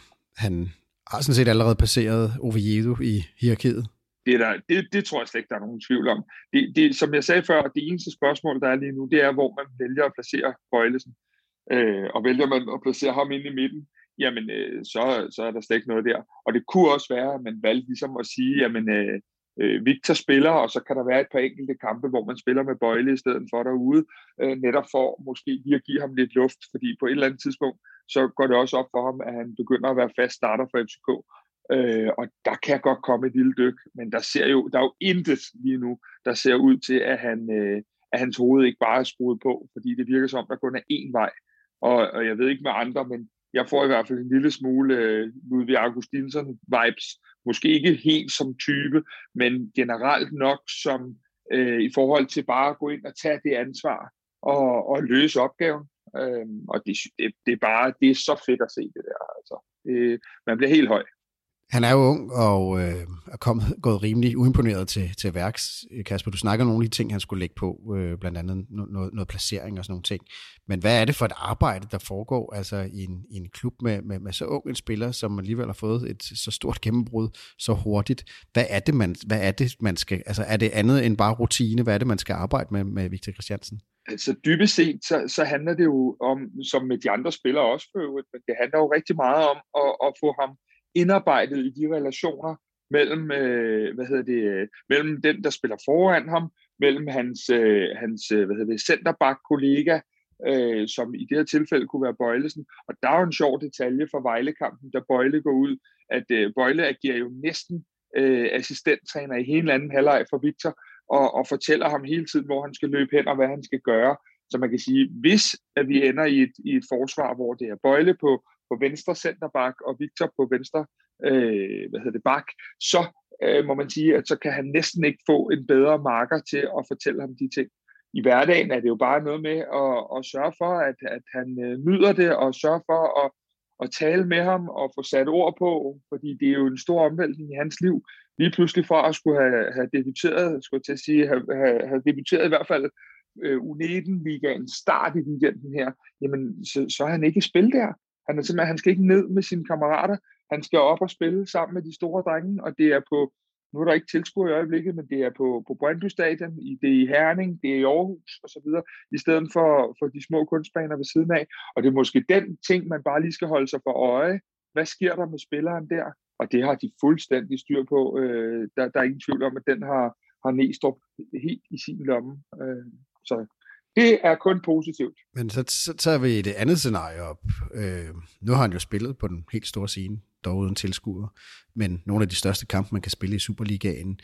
han har sådan set allerede passeret Oviedo i hierarkiet? Det, er der, det, det tror jeg slet ikke, der er nogen tvivl om. Det, det, som jeg sagde før, det eneste spørgsmål, der er lige nu, det er, hvor man vælger at placere Bøjlesen. Øh, og vælger man at placere ham inde i midten, jamen øh, så, så er der slet ikke noget der. Og det kunne også være, at man valgte ligesom at sige, jamen øh, øh, Victor spiller, og så kan der være et par enkelte kampe, hvor man spiller med Bøjle i stedet for derude, øh, netop for måske lige at give ham lidt luft, fordi på et eller andet tidspunkt, så går det også op for ham, at han begynder at være fast starter for F C K. Øh, og der kan godt komme et lille dyk, men der ser jo, der er jo intet lige nu, der ser ud til, at, han, øh, at hans hoved ikke bare er skruet på, fordi det virker som, der kun er én vej. Og, og jeg ved ikke med andre, men jeg får i hvert fald en lille smule øh, Ludvig Augustinsson-vibes. Måske ikke helt som type, men generelt nok som øh, i forhold til bare at gå ind og tage det ansvar og, og løse opgaven. Øh, og det, det, det er bare, det er så fedt at se det der. Altså, det, man bliver helt høj. Han er jo ung og øh, er kommet, gået rimelig uimponeret til, til værks. Kasper, du snakker om nogle af de ting, han skulle lægge på, øh, blandt andet noget, noget placering og sådan nogle ting. Men hvad er det for et arbejde, der foregår altså, i, en, i en klub med, med, med så ung en spiller, som alligevel har fået et så stort gennembrud så hurtigt? Hvad er det, man, hvad er det, man skal... Altså, er det andet end bare rutine? Hvad er det, man skal arbejde med med Victor Christiansen? Altså dybest set, så, så handler det jo om, som med de andre spillere også for øvrigt, men det handler jo rigtig meget om at, at få ham indarbejdet i de relationer mellem, øh, hvad hedder det, mellem den, der spiller foran ham, mellem hans, øh, hans hvad hedder det, centerback-kollega, øh, som i det her tilfælde kunne være Bøjlesen. Og der er jo en sjov detalje for Vejle-kampen, da Bøjle går ud, at øh, Bøjle agerer jo næsten øh, assistenttræner i hele anden halvleg for Victor, og, og fortæller ham hele tiden, hvor han skal løbe hen og hvad han skal gøre. Så man kan sige, hvis at vi ender i et, i et forsvar, hvor det er Bøjle på på venstre centerback og Victor på venstre øh, hvad hedder det, bak, så øh, må man sige, at så kan han næsten ikke få en bedre marker til at fortælle ham de ting. I hverdagen er det jo bare noget med at, at sørge for, at, at han øh, nyder det, og sørge for at, at tale med ham og få sat ord på, fordi det er jo en stor omvæltning i hans liv. Lige pludselig for at skulle have, have debuteret, skulle jeg til at sige, have, have, have debuteret i hvert fald øh, U nitten-ligaens start i weekenden her, jamen så, så er han ikke i spil der. Han er simpelthen, han skal ikke ned med sine kammerater. Han skal op og spille sammen med de store drenge, og det er på, nu er der ikke tilskuere i øjeblikket, men det er på, på Brøndby Stadion, det er i Herning, det er i Aarhus og så videre, i stedet for, for de små kunstbaner ved siden af. Og det er måske den ting, man bare lige skal holde sig for øje. Hvad sker der med spilleren der? Og det har de fuldstændig styr på. Øh, der, der er ingen tvivl om, at den har, har Næstrup helt i sin lomme. Øh, så det er kun positivt. Men så, så tager vi det andet scenarie op. Øh, nu har han jo spillet på den helt store scene, dog uden tilskuere, men nogle af de største kampe, man kan spille i Superligaen.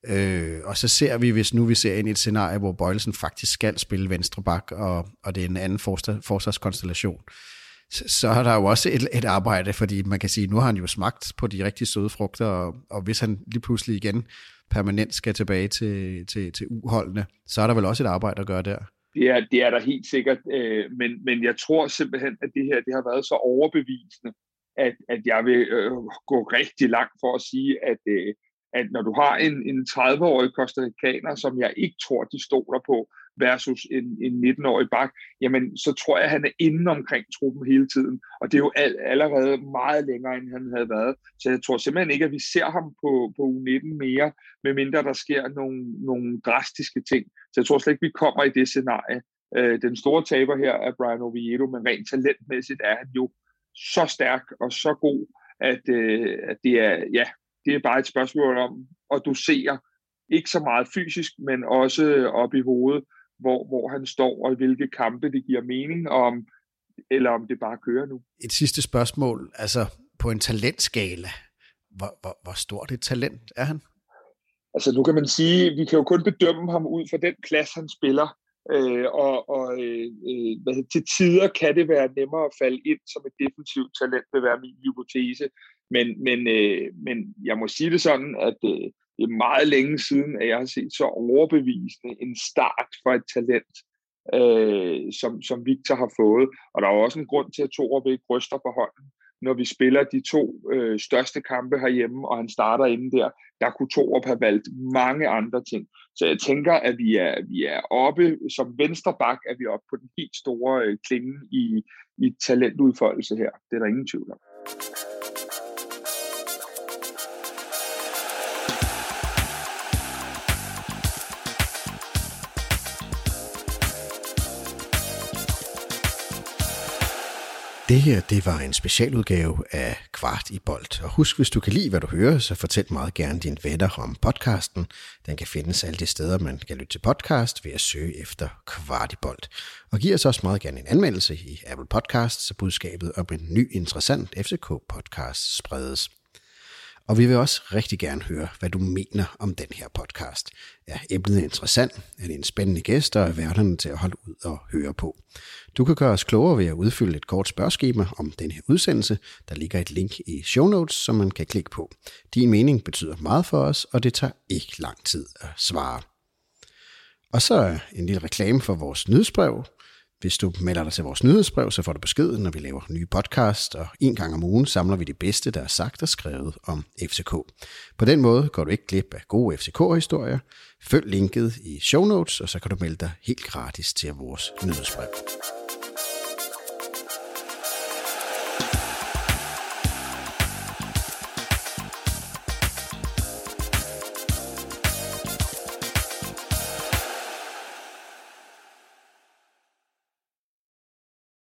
Øh, og så ser vi, hvis nu vi ser ind i et scenarie, hvor Bøjlesen faktisk skal spille venstre bak, og, og det er en anden forsvarskonstellation, så, så er der jo også et, et arbejde, fordi man kan sige, nu har han jo smagt på de rigtig søde frugter, og, og hvis han lige pludselig igen permanent skal tilbage til, til, til U-holdene, så er der vel også et arbejde at gøre der. Det er, det er der helt sikkert, øh, men, men jeg tror simpelthen, at det her det har været så overbevisende, at, at jeg vil øh, gå rigtig langt for at sige, at, øh, at når du har en, en tredive-årig costaricaner, som jeg ikke tror, de stoler på, versus en, en nitten-årig bak, jamen så tror jeg, at han er inde omkring truppen hele tiden, og det er jo al, allerede meget længere, end han havde været. Så jeg tror simpelthen ikke, at vi ser ham på, på U nitten mere, medmindre der sker nogle, nogle drastiske ting. Så jeg tror slet ikke, vi kommer i det scenarie. Øh, den store taber her er Brian Oviedo, men rent talentmæssigt er han jo så stærk og så god, at, øh, at det er, ja, det er bare et spørgsmål om at dosere ikke så meget fysisk, men også op i hovedet, hvor, hvor han står og i hvilke kampe det giver mening, om, eller om det bare kører nu. Et sidste spørgsmål, altså på en talentskala, hvor, hvor, hvor stort et talent er han? Altså nu kan man sige, vi kan jo kun bedømme ham ud fra den plads, han spiller, øh, og, og øh, hvad, til tider kan det være nemmere at falde ind som et defensivt talent, vil være min hypotese, men, men, øh, men jeg må sige det sådan, at øh, det er meget længe siden, at jeg har set så overbevisende en start for et talent, øh, som, som Victor har fået, og der er også en grund til, at Torup ikke ryster på hånden. Når vi spiller de to øh, største kampe herhjemme, og han starter inde der, der kunne Torup have valgt mange andre ting. Så jeg tænker, at vi er, vi er oppe, som venstre bak, er vi oppe på den helt store øh, klinge i, i talentudfoldelse her. Det er der ingen tvivl om. Det her, det var en specialudgave af Kvart i Bold. Og husk, hvis du kan lide, hvad du hører, så fortæl meget gerne dine venner om podcasten. Den kan findes alle de steder, man kan lytte til podcast ved at søge efter Kvart i Bold. Og giv os også meget gerne en anmeldelse i Apple Podcasts, så budskabet om en ny interessant F C K-podcast spredes. Og vi vil også rigtig gerne høre, hvad du mener om den her podcast. Er emnet interessant? Er det en spændende gæst, og er værterne til at holde ud og høre på? Du kan gøre os klogere ved at udfylde et kort spørgeskema om den her udsendelse. Der ligger et link i show notes, som man kan klikke på. Din mening betyder meget for os, og det tager ikke lang tid at svare. Og så en lille reklame for vores nyhedsbrev. Hvis du melder dig til vores nyhedsbrev, så får du besked, når vi laver nye podcast, og en gang om ugen samler vi det bedste, der er sagt og skrevet om F C K. På den måde går du ikke glip af gode F C K-historier. Følg linket i show notes, og så kan du melde dig helt gratis til vores nyhedsbrev.